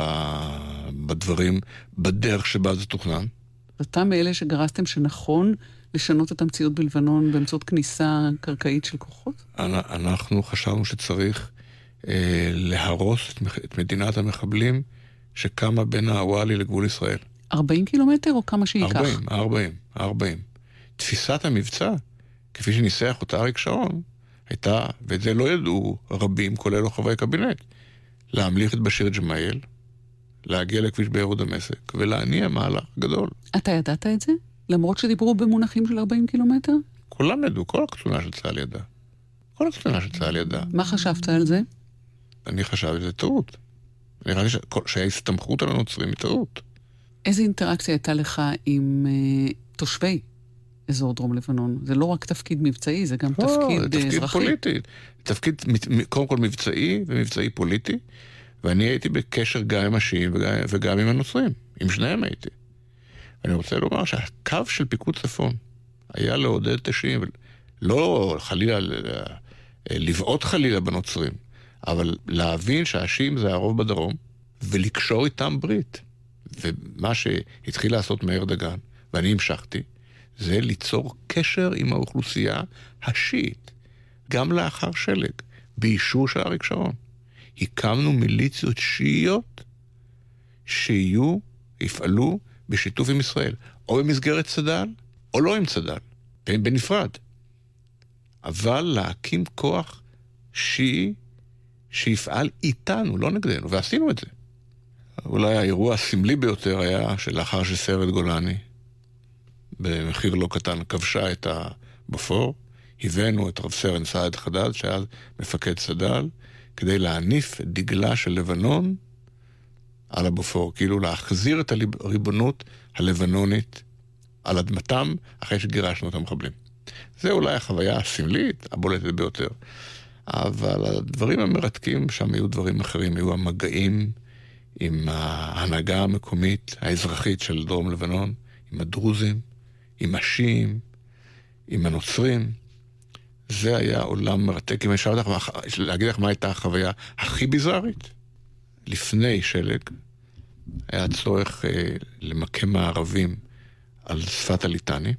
בדברים, בדרך שבה זה תוכנן. אתה מאלה שגרסתם שנכון לשנות את המציאות בלבנון באמצעות כניסה קרקעית של כוחות? אנחנו חשבנו שצריך אה, להרוס את, את מדינת המחבלים שקמה בין הוואלי לגבול ישראל. ארבעים קילומטר או כמה שייקח? ארבעים, ארבעים, ארבעים. תפיסת המבצע, כפי שניסח אותה אריק שרון, הייתה, ואת זה לא ידעו רבים, כולל לא חברי קבינט, להמליך את בשיר ג'מאייל, להגיע לכביש באר דמשק, ולהניע מהלך גדול. אתה ידעת את זה? למרות שדיברו במונחים של ארבעים קילומטר? כולם ידעו, כל הקצונה של צה"ל ידע. כל הקצונה של צה"ל ידע. מה חשבת על זה? אני חשבתי שזה טעות. אני חשבתי שההסתמכות על הנוצרים היא טעות. איזה אינטראקציה הייתה לך עם uh, תושבי אזור דרום לבנון? זה לא רק תפקיד מבצעי, זה גם לא, תפקיד, זה תפקיד אזרחי. פוליטי. תפקיד קודם כל מבצעי ומבצעי פוליטי, ואני הייתי בקשר גם עם השיעים וגם, וגם עם הנוצרים. עם שניהם הייתי. ואני רוצה לומר שהקו של פיקוד צפון היה לעודד את השיעים, לא חלילה, לבעוט חלילה בנוצרים, אבל להבין שהשיעים זה הרוב בדרום, ולקשור איתם ברית. ומה שהתחיל לעשות מאיר דגן, ואני המשכתי, זה ליצור קשר עם האוכלוסייה השיעית, גם לאחר שלג, באישור של אריק שרון. הקמנו מיליציות שיעיות שיהיו, יפעלו בשיתוף עם ישראל, או במסגרת צד"ל, או לא עם צד"ל, בנפרד. אבל להקים כוח שיעי שיפעל איתנו, לא נגדנו, ועשינו את זה. אולי האירוע הסמלי ביותר היה שלאחר שסיירת גולני, במחיר לא קטן, כבשה את הבופור, הבאנו את רב סרן סעד חדד, שהיה מפקד צד"ל, כדי להניף את דגלה של לבנון על הבופור, כאילו להחזיר את הריבונות הלבנונית על אדמתם, אחרי שגירשנו את המחבלים. זה אולי החוויה הסמלית, הבולטת ביותר. אבל הדברים המרתקים שם היו דברים אחרים, היו המגעים עם ההנהגה המקומית, האזרחית של דרום לבנון, עם הדרוזים, עם השיעים, עם הנוצרים. זה היה עולם מרתק. אם אפשר להגיד לך מה הייתה החוויה הכי ביזארית? לפני שלג היה צורך אה, למקם הערבים על שפת הליטני,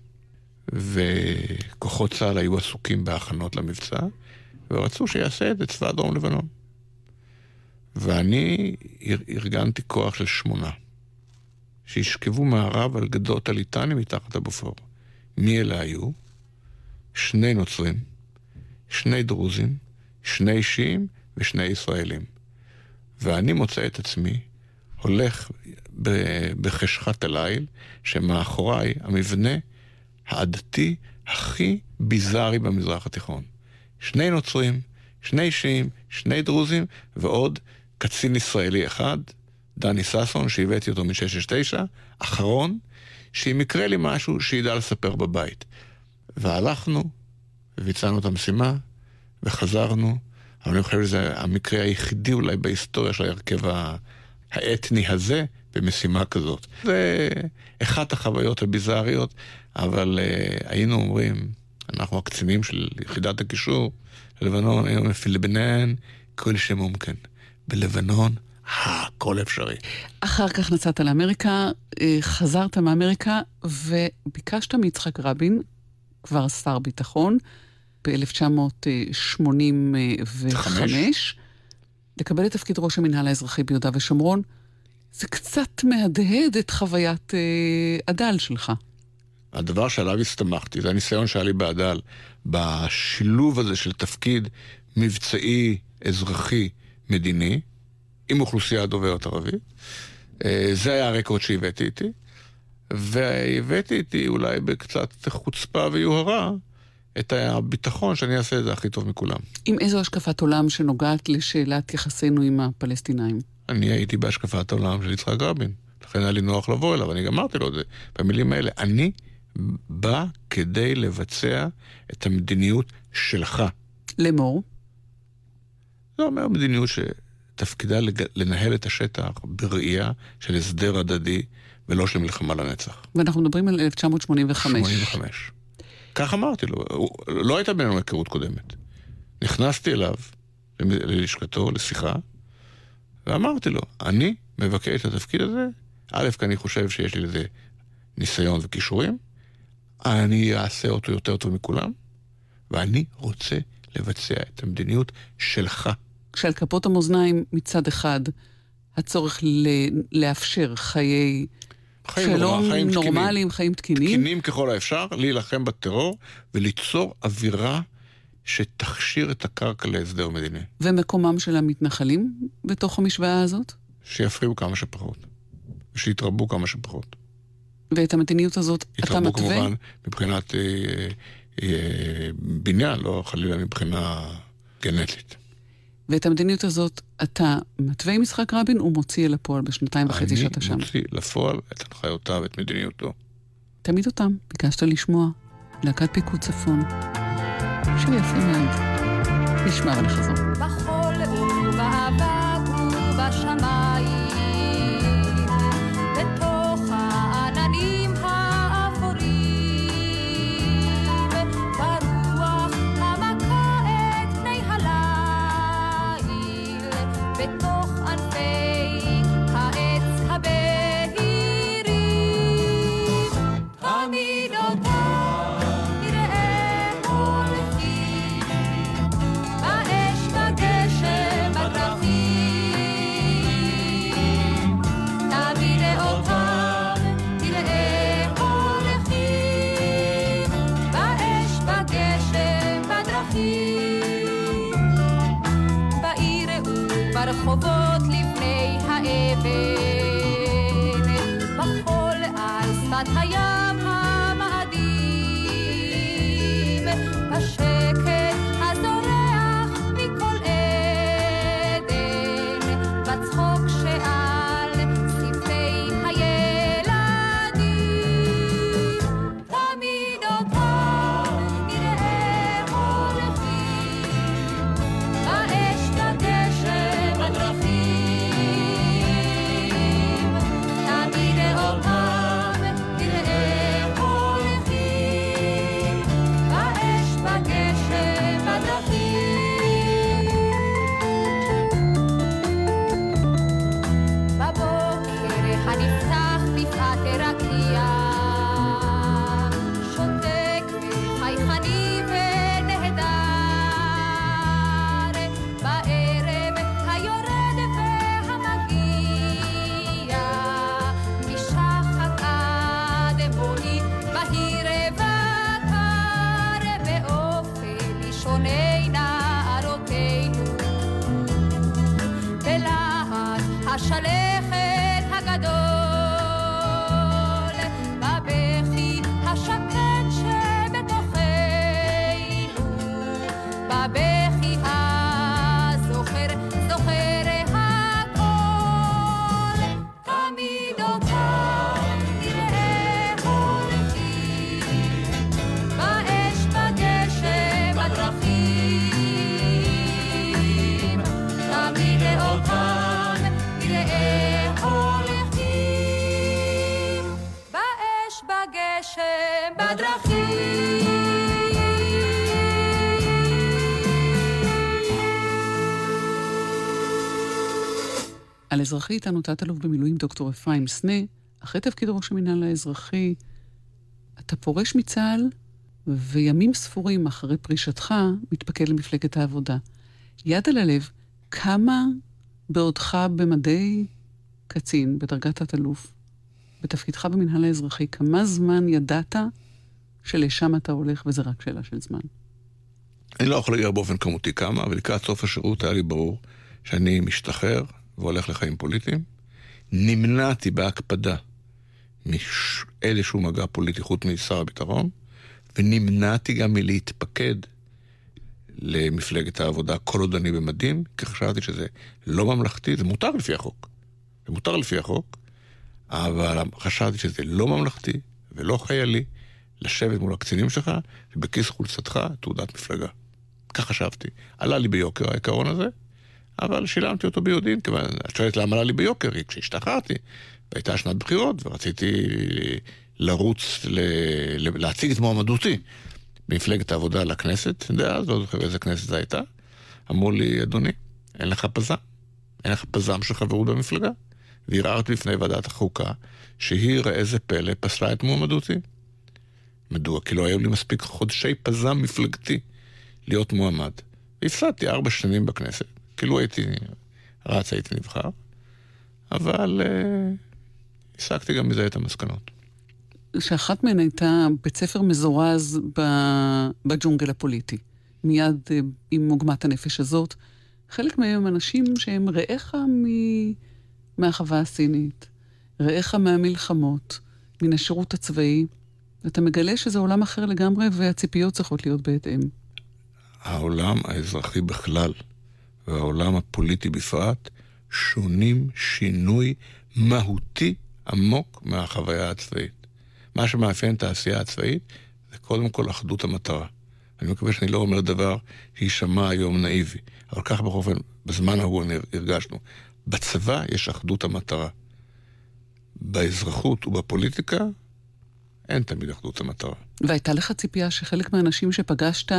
וכוחות צה"ל היו עסוקים בהכנות למבצע, ורצו שיעשה את זה צבא דרום לבנון. ואני ארגנתי כוח של שמונה, שישכבו מערב על גדות הליטני מתחת הבופור. מי אלה היו? שני נוצרים, שני דרוזים, שני שיעים ושני ישראלים. ואני מוצא את עצמי הולך בחשכת הליל, שמאחוריי המבנה העדתי הכי ביזארי במזרח התיכון. שני נוצרים, שני שיעים, שני דרוזים, ועוד קצין ישראלי אחד, דני ססון, שהבאתי אותו מ-שש שש תשע, אחרון, שאם יקרה לי משהו, שידע לספר בבית. והלכנו, וביצענו את המשימה, וחזרנו, אבל אני חושב שזה המקרה היחידי אולי בהיסטוריה של ההרכב האתני הזה, במשימה כזאת. זה אחת החוויות הביזאריות, אבל uh, היינו אומרים, אנחנו הקצינים של יחידת הקישור, ללבנון, היינו מפילבנן, כל שמומכן. בלבנון, הכל אפשרי. אחר כך נסעת לאמריקה, חזרת מאמריקה, וביקשת מיצחק רבין, כבר שר ביטחון, ב-אלף תשע מאות שמונים וחמש, לקבל את תפקיד ראש המנהל האזרחי ביהודה ושומרון. זה קצת מהדהד את חוויית הדל שלך. הדבר שעליו הסתמכתי, זה הניסיון שהיה לי בעדל, בשילוב הזה של תפקיד מבצעי, אזרחי, מדיני, עם אוכלוסייה דוברת ערבית. זה היה הרקורד שהבאתי איתי, והבאתי איתי אולי בקצת חוצפה ויוהרה, את הביטחון שאני אעשה את זה הכי טוב מכולם. עם איזו השקפת עולם שנוגעת לשאלת יחסינו עם הפלסטינאים? אני הייתי בהשקפת העולם של יצחק רבין. לכן היה לי נוח לבוא אליו, אני גמרתי לו את זה במילים האלה. אני בא כדי לבצע את המדיניות שלך. למור? זה אומר מדיניות שתפקידה לנהל את השטח בראייה של הסדר הדדי ולא של מלחמה לנצח. ואנחנו מדברים על אלף תשע מאות שמונים וחמש. שמונים וחמש. כך אמרתי לו, לא הייתה בינינו היכרות קודמת. נכנסתי אליו, ללשכתו, לשיחה, ואמרתי לו, אני מבקש את התפקיד הזה, א', כי אני חושב שיש לי לזה ניסיון וכישורים, אני אעשה אותו יותר טוב מכולם, ואני רוצה לבצע את המדיניות שלך. כשעל כפות המאזניים מצד אחד, הצורך ל- לאפשר חיי... חיים שלום חיים נורמליים, תקינים. חיים תקינים. תקינים ככל האפשר, להילחם בטרור וליצור אווירה שתכשיר את הקרקע להסדר מדיני. ומקומם של המתנחלים בתוך המשוואה הזאת? שיפריעו כמה שפחות. ושיתרבו כמה שפחות. ואת המדיניות הזאת אתה מתווה? יתרבו כמובן מבחינת אה, אה, בניין, לא חלילה מבחינה גנטית. ואת המדיניות הזאת אתה מתווה עם יצחק רבין ומוציא אל הפועל בשנתיים וחצי שאתה שם. אני מוציא לפועל את הנחיותיו ואת מדיניותו. תמיד אותם, ביקשת לשמוע. להקת פיקוד צפון. שיר יפה מאוד. נשמע ונחזור. בחול ובאבק ובשמיים, בתוך העננים האפורים, ברוח המכה את פני הליל, בתוך ענפי העץ הבהירים, תמיד אותם נראה הולכים, באש בגשם בדרכים, תמיד אותם נראה הולכים, באש בגשם בדרכים, בעיר וברחובות לפני האבן, בחול על שפת הים המאדים, בשקט הזורח מכל עדן, בצחוק שעל שפתי הילדים, תמיד אותם נראה הולכים, באש בגשם בדרכים, על אזרחי איתנו תת-אלוף במילואים דוקטור אפרים סנה, אחרי תפקיד ראש המינהל האזרחי, אתה פורש מצה"ל, וימים ספורים אחרי פרישתך, מתפקד למפלגת העבודה. יד על הלב, כמה בעודך במדי קצין, בדרגת תת-אלוף, בתפקידך במנהל האזרחי, כמה זמן ידעת שלשם אתה הולך, וזה רק שאלה של זמן? אני לא יכול להגיד באופן כמותי כמה, אבל לקראת סוף השירות היה לי ברור שאני משתחרר והולך לחיים פוליטיים. נמנעתי בהקפדה מאיזשהו מגע פוליטי חוץ משר הביטחון, ונמנעתי גם מלהתפקד למפלגת העבודה כל עוד אני במדים, כי חשבתי שזה לא ממלכתי, זה מותר לפי החוק. זה מותר לפי החוק, אבל חשבתי שזה לא ממלכתי ולא חיילי לשבת מול הקצינים שלך ובכיס חולצתך תעודת מפלגה. כך חשבתי. עלה לי ביוקר העיקרון הזה, אבל שילמתי אותו ביודעין, כיוון, את שואלת למה עלה לי ביוקר, כשהשתחררתי, והייתה שנת בחירות, ורציתי לרוץ, ל... להציג את מועמדותי במפלגת העבודה לכנסת, דאז, לא זוכר איזה כנסת זה הייתה, אמרו לי, אדוני, אין לך פזם, אין לך פזם של חברות במפלגה, והרערתי לפני ועדת החוקה, שהיא, ראה איזה פלא, פסלה את מועמדותי. מדוע? כי לא היו לי מספיק חודשי פזם מפלגתי להיות מועמד. והפסדתי ארבע שנים בכנסת, כאילו הייתי, רץ הייתי נבחר, אבל אה, השגתי גם מזה את המסקנות. שאחת מהן הייתה בית ספר מזורז בג'ונגל הפוליטי. מיד אה, עם מוגמת הנפש הזאת, חלק מהם אנשים שהם רעיך מ... מהחווה הסינית, רעיך מהמלחמות, מן השירות הצבאי, ואתה מגלה שזה עולם אחר לגמרי, והציפיות צריכות להיות בהתאם. העולם האזרחי בכלל, והעולם הפוליטי בפרט, שונים שינוי מהותי עמוק מהחוויה הצבאית. מה שמאפיין את העשייה הצבאית, זה קודם כל אחדות המטרה. אני מקווה שאני לא אומר דבר שישמע היום נאיבי, אבל כך באופן, בזמן ההוא הרגשנו. בצבא יש אחדות המטרה. באזרחות ובפוליטיקה אין תמיד אחדות המטרה. והייתה לך ציפייה שחלק מהאנשים שפגשת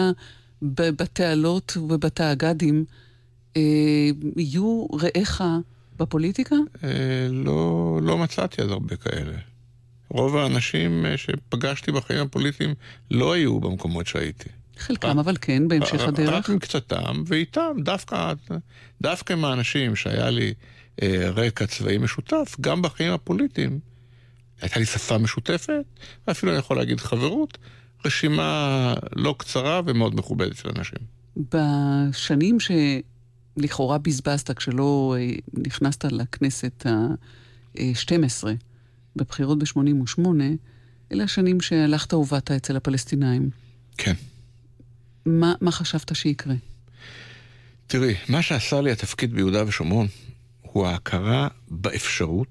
בתעלות ובתאגדים אה, יהיו רעיך בפוליטיקה? אה, לא, לא מצאתי אז הרבה כאלה. רוב האנשים שפגשתי בחיים הפוליטיים לא היו במקומות שהייתי. חלקם אבל כן, בהמשך הדרך. רק מקצתם, ואיתם דווקא, דווקא עם האנשים שהיה לי אה, רקע צבאי משותף, גם בחיים הפוליטיים, הייתה לי שפה משותפת, ואפילו אני יכול להגיד חברות, רשימה לא קצרה ומאוד מכובדת של אנשים. בשנים שלכאורה בזבזת, כשלא נכנסת לכנסת ה-שתים עשרה, בבחירות ב-שמונים ושמונה, אלה השנים שהלכת ובאת אצל הפלסטינאים. כן. מה, מה חשבת שיקרה? תראי, מה שעשה לי התפקיד ביהודה ושומרון, הוא ההכרה באפשרות,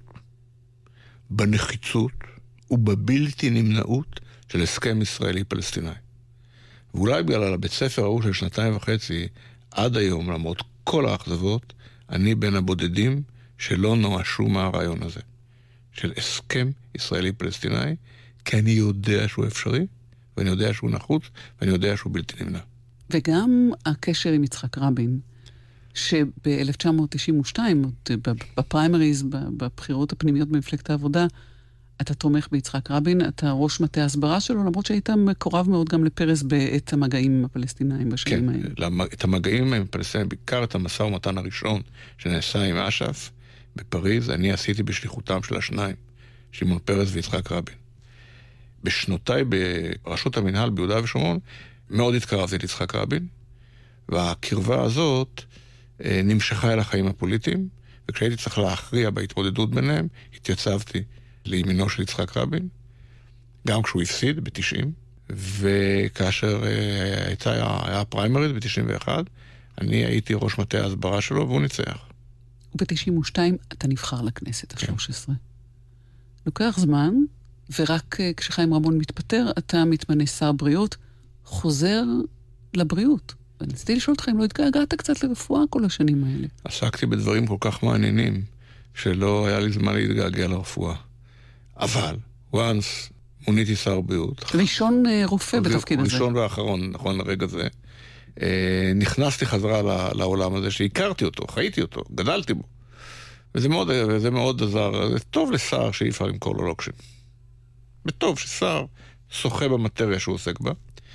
בנחיצות ובבלתי נמנעות של הסכם ישראלי-פלסטיני. ואולי בגלל הבית ספר ההוא של שנתיים וחצי, עד היום, למרות כל האכזבות, אני בין הבודדים שלא נואשו מהרעיון הזה. של הסכם ישראלי-פלסטיני, כי אני יודע שהוא אפשרי, ואני יודע שהוא נחוץ, ואני יודע שהוא בלתי נמנע. וגם הקשר עם יצחק רבין, שב-אלף תשע מאות תשעים ושתיים, בפריימריז, בבחירות הפנימיות במפלגת העבודה, אתה תומך ביצחק רבין, אתה ראש מטה ההסברה שלו, למרות שהיית מקורב מאוד גם לפרס בעת המגעים עם הפלסטינאים בשנים האלה. כן, את המגעים עם הפלסטינאים, בעיקר את המשא ומתן הראשון שנעשה עם אש"ף בפריז, אני עשיתי בשליחותם של השניים, שמעון פרס ויצחק רבין. בשנותיי ברשות המנהל ביהודה ושומרון, מאוד התקרבתי ליצחק רבין, והקרבה הזאת אה, נמשכה אל החיים הפוליטיים, וכשהייתי צריך להכריע בהתמודדות ביניהם, התייצבתי לימינו של יצחק רבין, גם כשהוא הפסיד ב-תשעים, וכאשר אה, הייתה, היה פריימריז ב-תשעים ואחת, אני הייתי ראש מטה ההסברה שלו, והוא ניצח. וב-תשעים ושתיים אתה נבחר לכנסת ה-שלוש עשרה. לוקח זמן, ורק כשחיים רמון מתפטר, אתה מתמנה שר בריאות, חוזר לבריאות. ואני רציתי לשאול אותך אם לא התגעגעת קצת לרפואה כל השנים האלה. עסקתי בדברים כל כך מעניינים, שלא היה לי זמן להתגעגע לרפואה. אבל, once מוניתי שר בריאות. ראשון רופא בתפקיד הזה. ראשון ואחרון, נכון לרגע זה. נכנסתי חזרה לעולם הזה, שהכרתי אותו, חייתי אותו, גדלתי בו. וזה מאוד, וזה מאוד עזר. זה טוב לשר שאי אפשר למכור לו לוקשים. וטוב ששר שוחה במטריה שהוא עוסק בה.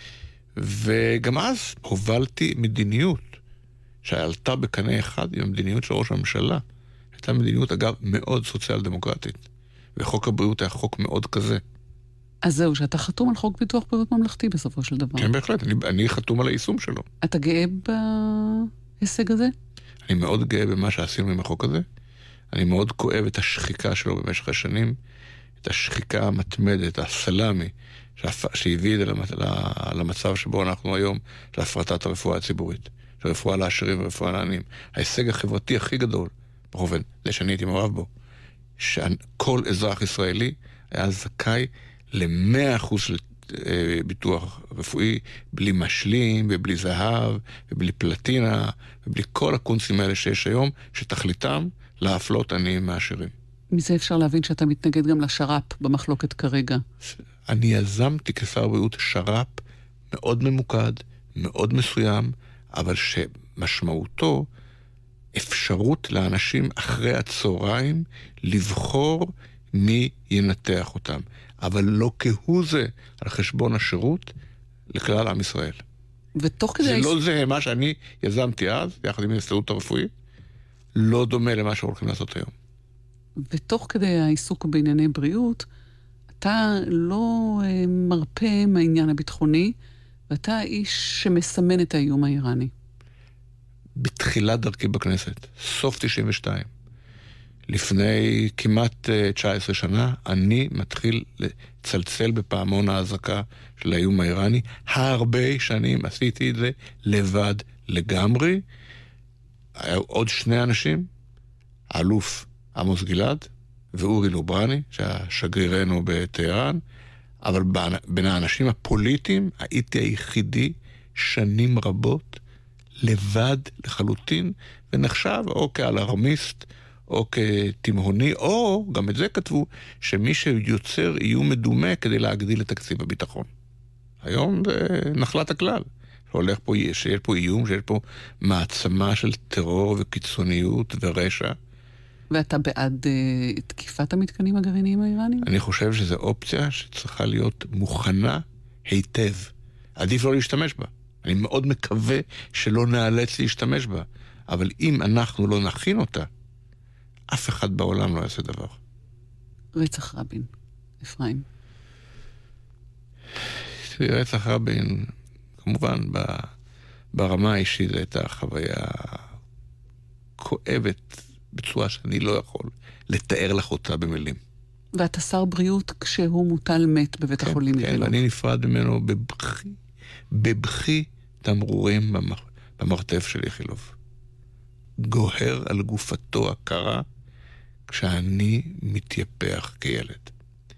וגם אז הובלתי מדיניות שעלתה בקנה אחד עם המדיניות של ראש הממשלה. הייתה מדיניות, אגב, מאוד סוציאל דמוקרטית. וחוק הבריאות היה חוק מאוד כזה. אז זהו, שאתה חתום על חוק ביטוח בריאות ממלכתי בסופו של דבר. כן, בהחלט. אני, אני חתום על היישום שלו. אתה גאה בהישג הזה? אני מאוד גאה במה שעשינו עם החוק הזה. אני מאוד כואב את השחיקה שלו במשך השנים, את השחיקה המתמדת, הסלאמי, שהביא את זה למצב שבו אנחנו היום, של הפרטת הרפואה הציבורית, של רפואה לעשירים ורפואה לעניים. ההישג החברתי הכי גדול, ברובן, זה שאני הייתי מעורב בו, שכל אזרח ישראלי היה זכאי ל-מאה אחוז של ביטוח רפואי, בלי משלים, ובלי זהב, ובלי פלטינה, ובלי כל הקונסים האלה שיש היום, שתכליתם להפלות עניים מעשירים. מזה אפשר להבין שאתה מתנגד גם לשר"פ במחלוקת כרגע. אני יזמתי כשר בריאות שר"פ מאוד ממוקד, מאוד מסוים, אבל שמשמעותו אפשרות לאנשים אחרי הצהריים לבחור מי ינתח אותם. אבל לא כהוא זה על חשבון השירות לכלל עם ישראל. ותוך כדי... זה לא זה מה שאני יזמתי אז, יחד עם ההסתדרות הרפואית, לא דומה למה שהולכים לעשות היום. ותוך כדי העיסוק בענייני בריאות, אתה לא מרפא מהעניין הביטחוני, ואתה האיש שמסמן את האיום האיראני. בתחילת דרכי בכנסת, סוף תשעים ושתיים, לפני כמעט תשע עשרה שנה, אני מתחיל לצלצל בפעמון ההזקה של האיום האיראני. הרבה שנים עשיתי את זה לבד לגמרי. היו עוד שני אנשים, האלוף עמוס גלעד ואורי לוברני, שהיה שגרירנו בטהרן, אבל בין האנשים הפוליטיים הייתי היחידי שנים רבות, לבד לחלוטין, ונחשב או כאלרמיסט, או כתימהוני, או, גם את זה כתבו, שמי שיוצר איום מדומה כדי להגדיל את תקציב הביטחון. היום זה נחלת הכלל. שהולך פה, שיש פה איום, שיש פה מעצמה של טרור וקיצוניות ורשע. ואתה בעד uh, תקיפת המתקנים הגרעיניים האיראניים? אני חושב שזו אופציה שצריכה להיות מוכנה היטב. עדיף לא להשתמש בה. אני מאוד מקווה שלא נאלץ להשתמש בה. אבל אם אנחנו לא נכין אותה, אף אחד בעולם לא יעשה דבר. רצח רבין, אפרים. רצח רבין, כמובן, ברמה האישית זו הייתה חוויה כואבת בצורה שאני לא יכול לתאר לך אותה במילים. ואתה שר בריאות כשהוא מוטל מת בבית כן, החולים. כן, ואני נפרד ממנו בבכי, בבכי תמרורים במרתף של איכילוב. גוהר על גופתו הקרה כשאני מתייפח כילד.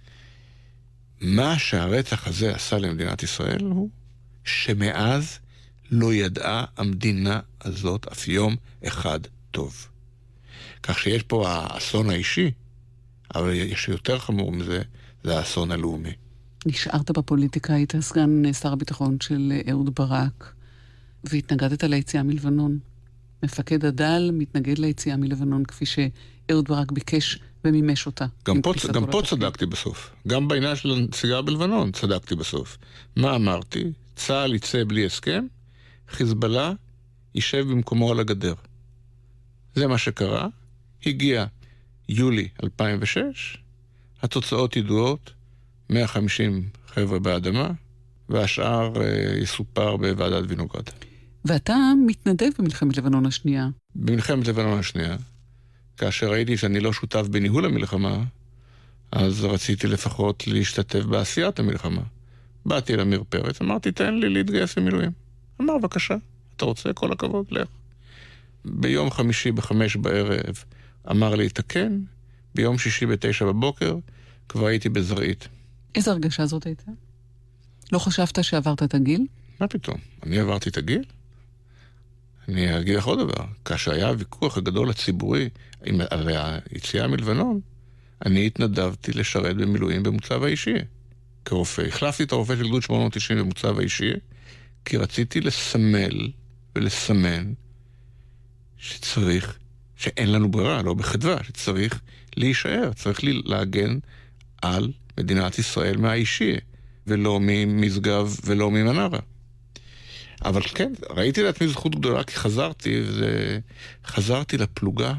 מה שהרצח הזה עשה למדינת ישראל הוא שמאז לא ידעה המדינה הזאת אף יום אחד טוב. כך שיש פה האסון האישי, אבל יש יותר חמור מזה, זה האסון הלאומי. נשארת בפוליטיקה, היית סגן שר הביטחון של אהוד ברק, והתנגדת ליציאה מלבנון. מפקד הדל מתנגד ליציאה מלבנון, כפי שאהוד ברק ביקש ומימש אותה. גם פה, גם פה צדקתי בסוף. גם בעניין של הנסיגה בלבנון צדקתי בסוף. מה אמרתי? צה"ל יצא בלי הסכם, חיזבאללה יישב במקומו על הגדר. זה מה שקרה. הגיע יולי אלפיים ושש, התוצאות ידועות, מאה וחמישים חבר'ה באדמה, והשאר אה, יסופר בוועדת וינוגרד. ואתה מתנדב במלחמת לבנון השנייה. במלחמת לבנון השנייה, כאשר ראיתי שאני לא שותף בניהול המלחמה, אז רציתי לפחות להשתתף בעשיית המלחמה. באתי למיר פרץ, אמרתי, תן לי להתגייס למילואים. אמר, בבקשה, אתה רוצה? כל הכבוד, לך. ביום חמישי בחמש בערב אמר לי, תקן, ביום שישי בתשע בבוקר כבר הייתי בזרעית. איזו הרגשה זאת הייתה? לא חשבת שעברת את הגיל? מה פתאום? אני עברתי את הגיל? אני אגיד לך עוד דבר. כאשר היה הוויכוח הגדול הציבורי על היציאה מלבנון, אני התנדבתי לשרת במילואים במוצב האישי. כרופא. החלפתי את הרופא של גדוד שמונה מאות תשעים במוצב האישי, כי רציתי לסמל ולסמן שצריך שאין לנו ברירה, לא בחדווה, שצריך להישאר, צריך להגן על מדינת ישראל מהאישי, ולא ממשגב ולא ממנרה. אבל כן, ראיתי לעצמי זכות גדולה כי חזרתי, וחזרתי לפלוגה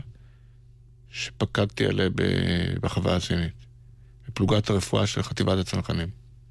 שפקדתי עליה בחווה הסינית, בפלוגת הרפואה של חטיבת הצנחנים.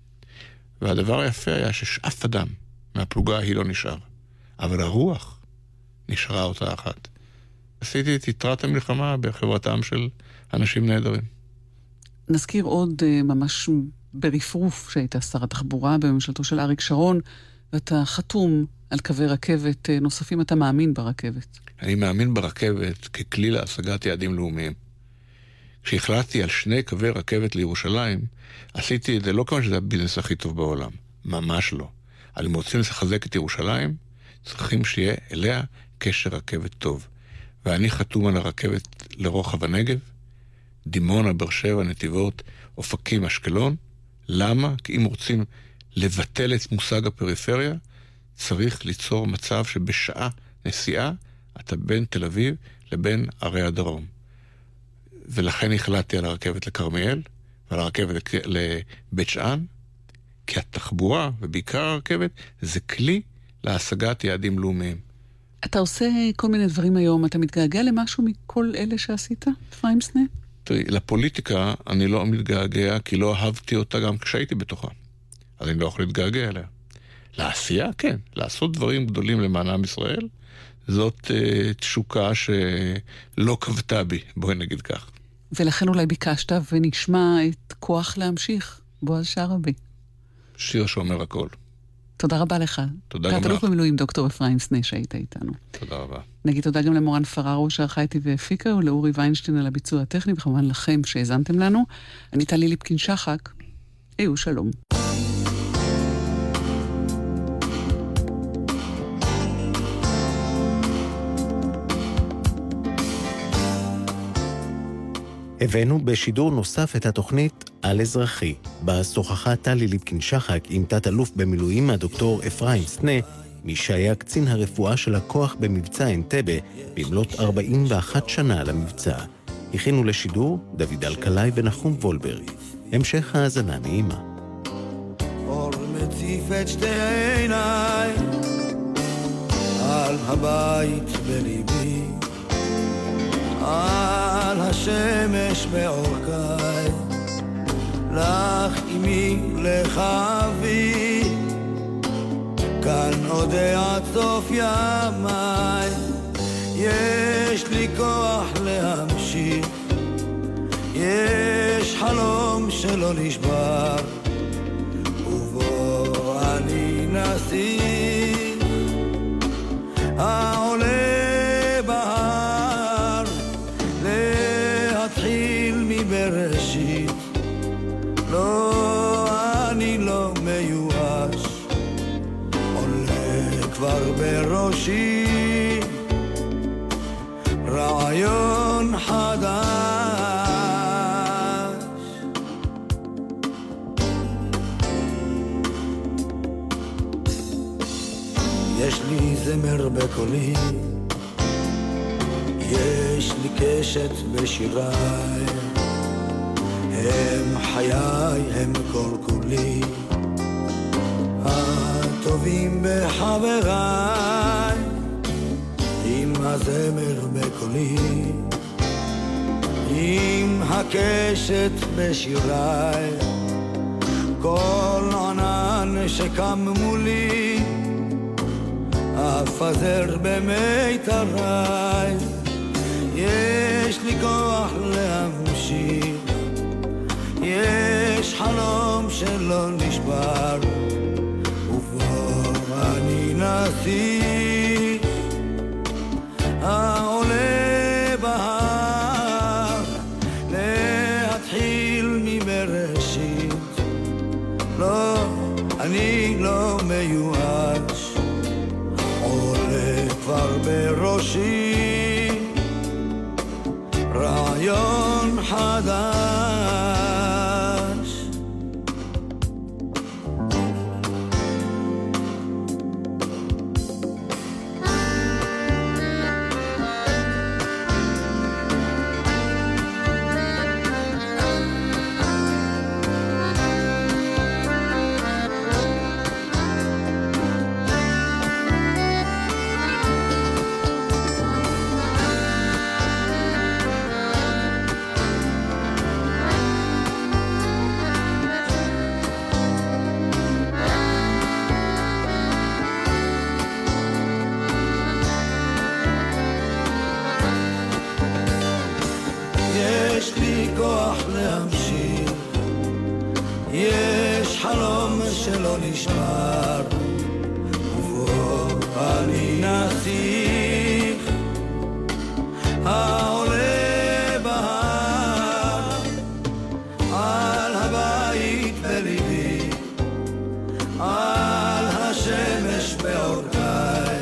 והדבר היפה היה ששאף אדם מהפלוגה ההיא לא נשאר, אבל הרוח נשארה אותה אחת. עשיתי את יתרת המלחמה בחברתם של אנשים נהדרים. נזכיר עוד ממש ברפרוף שהייתה שר התחבורה בממשלתו של אריק שרון, ואתה חתום על קווי רכבת נוספים. אתה מאמין ברכבת? אני מאמין ברכבת ככלי להשגת יעדים לאומיים. כשהחלטתי על שני קווי רכבת לירושלים, עשיתי את זה לא כמו שזה הביזנס הכי טוב בעולם. ממש לא. אבל אם רוצים לחזק את ירושלים, צריכים שיהיה אליה קשר רכבת טוב. ואני חתום על הרכבת לרוחב הנגב, דימונה, באר שבע, נתיבות, אופקים, אשקלון. למה? כי אם רוצים לבטל את מושג הפריפריה, צריך ליצור מצב שבשעה נסיעה אתה בין תל אביב לבין ערי הדרום. ולכן החלטתי על הרכבת לכרמיאל ועל הרכבת לבית שאן, כי התחבורה ובעיקר הרכבת זה כלי להשגת יעדים לאומיים. אתה עושה כל מיני דברים היום, אתה מתגעגע למשהו מכל אלה שעשית, אפרים סנה? תראי, לפוליטיקה אני לא מתגעגע כי לא אהבתי אותה גם כשהייתי בתוכה. אז אני לא יכול להתגעגע אליה. לעשייה, כן. לעשות דברים גדולים למען עם ישראל, זאת uh, תשוקה שלא קבתה בי, בואי נגיד כך. ולכן אולי ביקשת ונשמע את כוח להמשיך, בועז שרעבי. שיר שאומר הכל. תודה רבה לך. תודה גם לך. תת-אלוף במילואים דוקטור אפרים סנה שהיית איתנו. תודה רבה. נגיד תודה גם למורן פררו שערכה איתי והפיקה, ולאורי ויינשטיין על הביצוע הטכני, וכמובן לכם שהזנתם לנו. אני טלי ליפקין שחק. היו שלום. הבאנו בשידור נוסף את התוכנית על אזרחי, בה שוחחה טלי ליפקין שחק עם תת-אלוף במילואים הדוקטור אפרים סנה, מי שהיה קצין הרפואה של הכוח במבצע אנטבה במלאת ארבעים ואחת שנה למבצע. הכינו לשידור דוד אלקלעי ונחום וולברג. המשך האזנה נעימה. אור מציף את שתי עיניי על הבית בליבי, על השמש באורכי, לך אמי לך אבי, כאן עוד עד סוף ימיי, יש לי כוח להמשיך, יש חלום שלא נשבר, ובו אני נסיך העולה בהר, להתחיל מבראשית, לא, אני לא מיואש, עולה כבר בראשי רעיון חדש. יש לי זמר בקולי, יש לי קשת בשיריי, הם חיי, הם כל כולי, הטובים בחבריי, עם הזמר בקולי, עם הקשת בשיריי, כל ענן שקם מולי, אפזר במיתריי, יש לי כוח להמשיך, יש חלום שלא נשבר, ובו אני נסיך העולה בהר, להתחיל מבראשית, לא, אני לא מיואש, עולה כבר בראשי רעיון חדש. חלום שלא נשמר, ובו אני נסיך העולה בהר על הבית בליבי, על השמש באורכי,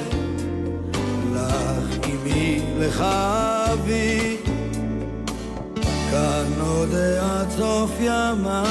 לך אמי לך אבי, כאן עוד עד סוף ימיי.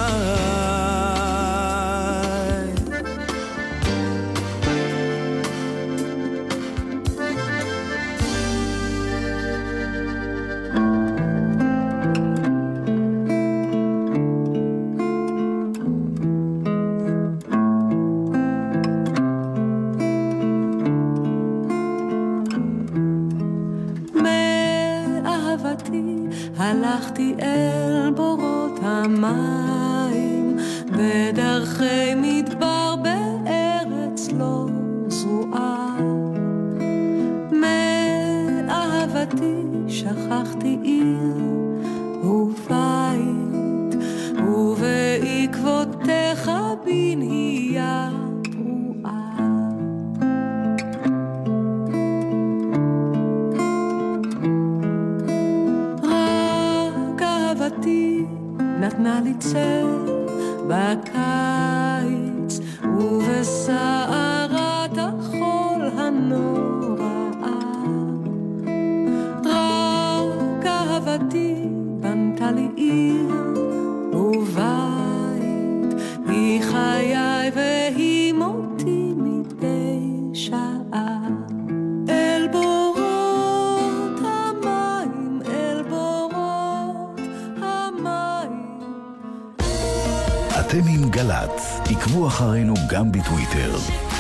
הלכתי אל בורות המים, בדרכי מדבר בארץ לא זרועה. מאהבתי שכחתי עיר ובית, ובעקבותיך בנהייה פרועה. נתנה לי צל בקיץ ובסערת החול הנוראה, רק אהבתי בנתה לי עיר ובית, היא חיי והיא מותי מדי שעה. אל בורות המים, אל בורות המים. אתם עם גלץ, עקבו אחרינו גם בטוויטר.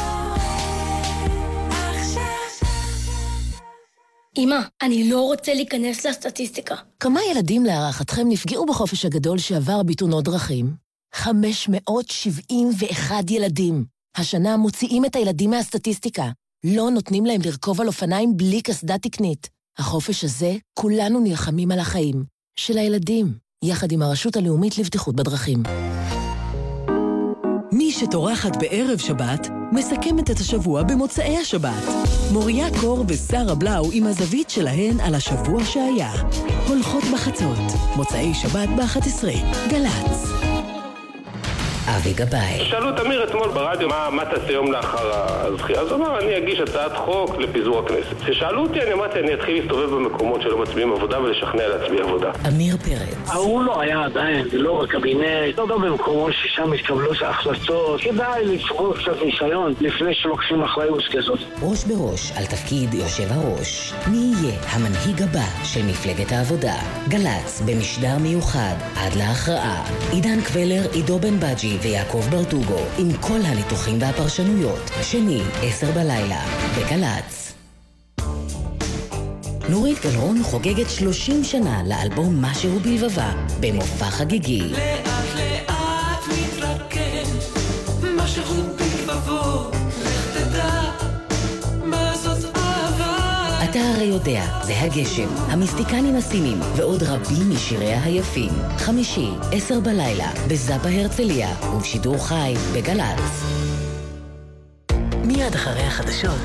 אמא, אני לא רוצה להיכנס לסטטיסטיקה. כמה ילדים להערכתכם נפגעו בחופש הגדול שעבר בתאונות דרכים? חמש מאות שבעים ואחד ילדים. השנה מוציאים את הילדים מהסטטיסטיקה. לא נותנים להם לרכוב על אופניים בלי קסדה תקנית. החופש הזה, כולנו נלחמים על החיים. של הילדים, יחד עם הרשות הלאומית לבטיחות בדרכים. מי שטורחת בערב שבת, מסכמת את השבוע במוצאי השבת. מוריה קור ושרה בלאו עם הזווית שלהן על השבוע שהיה. הולכות בחצות, מוצאי שבת ב-אחת עשרה, גלץ. אבי גבאי. שאלו את אמיר אתמול ברדיו מה, מה תעשה יום לאחר הזכייה, אז אמר אני אגיש הצעת חוק לפיזור הכנסת. כששאלו אותי אני אמרתי אני אתחיל להסתובב במקומות שלא מצביעים עבודה ולשכנע להצביע עבודה. אמיר פרץ. הוא לא היה עדיין, זה לא בקבינט, לא במקומות ששם התקבלו החלטות, כדאי לצרוך קצת ניסיון לפני שלוקחים אחריות כזאת. ראש בראש על תפקיד יושב הראש. מי יהיה המנהיג הבא של מפלגת העבודה? גלץ במשדר מיוחד עד להכרעה. עידן קבלר, עידו בן בג'י ויעקב ברטוגו עם כל הניתוחים והפרשנויות. שני, עשר בלילה, בגלץ. נורית גלרון חוגגת שלושים שנה לאלבום משהו בלבבה במופע חגיגי. לאט לאט מתרקם משהו בלבבו, לך תדע מה זאת אהבה. אתה הרי יודע, זה הגשם, המיסטיקנים הסינים ועוד רבים משיריה היפים. חמישי, עשר בלילה, בזאפה הרצליה ובשידור חי בגלץ. מיד אחרי החדשות,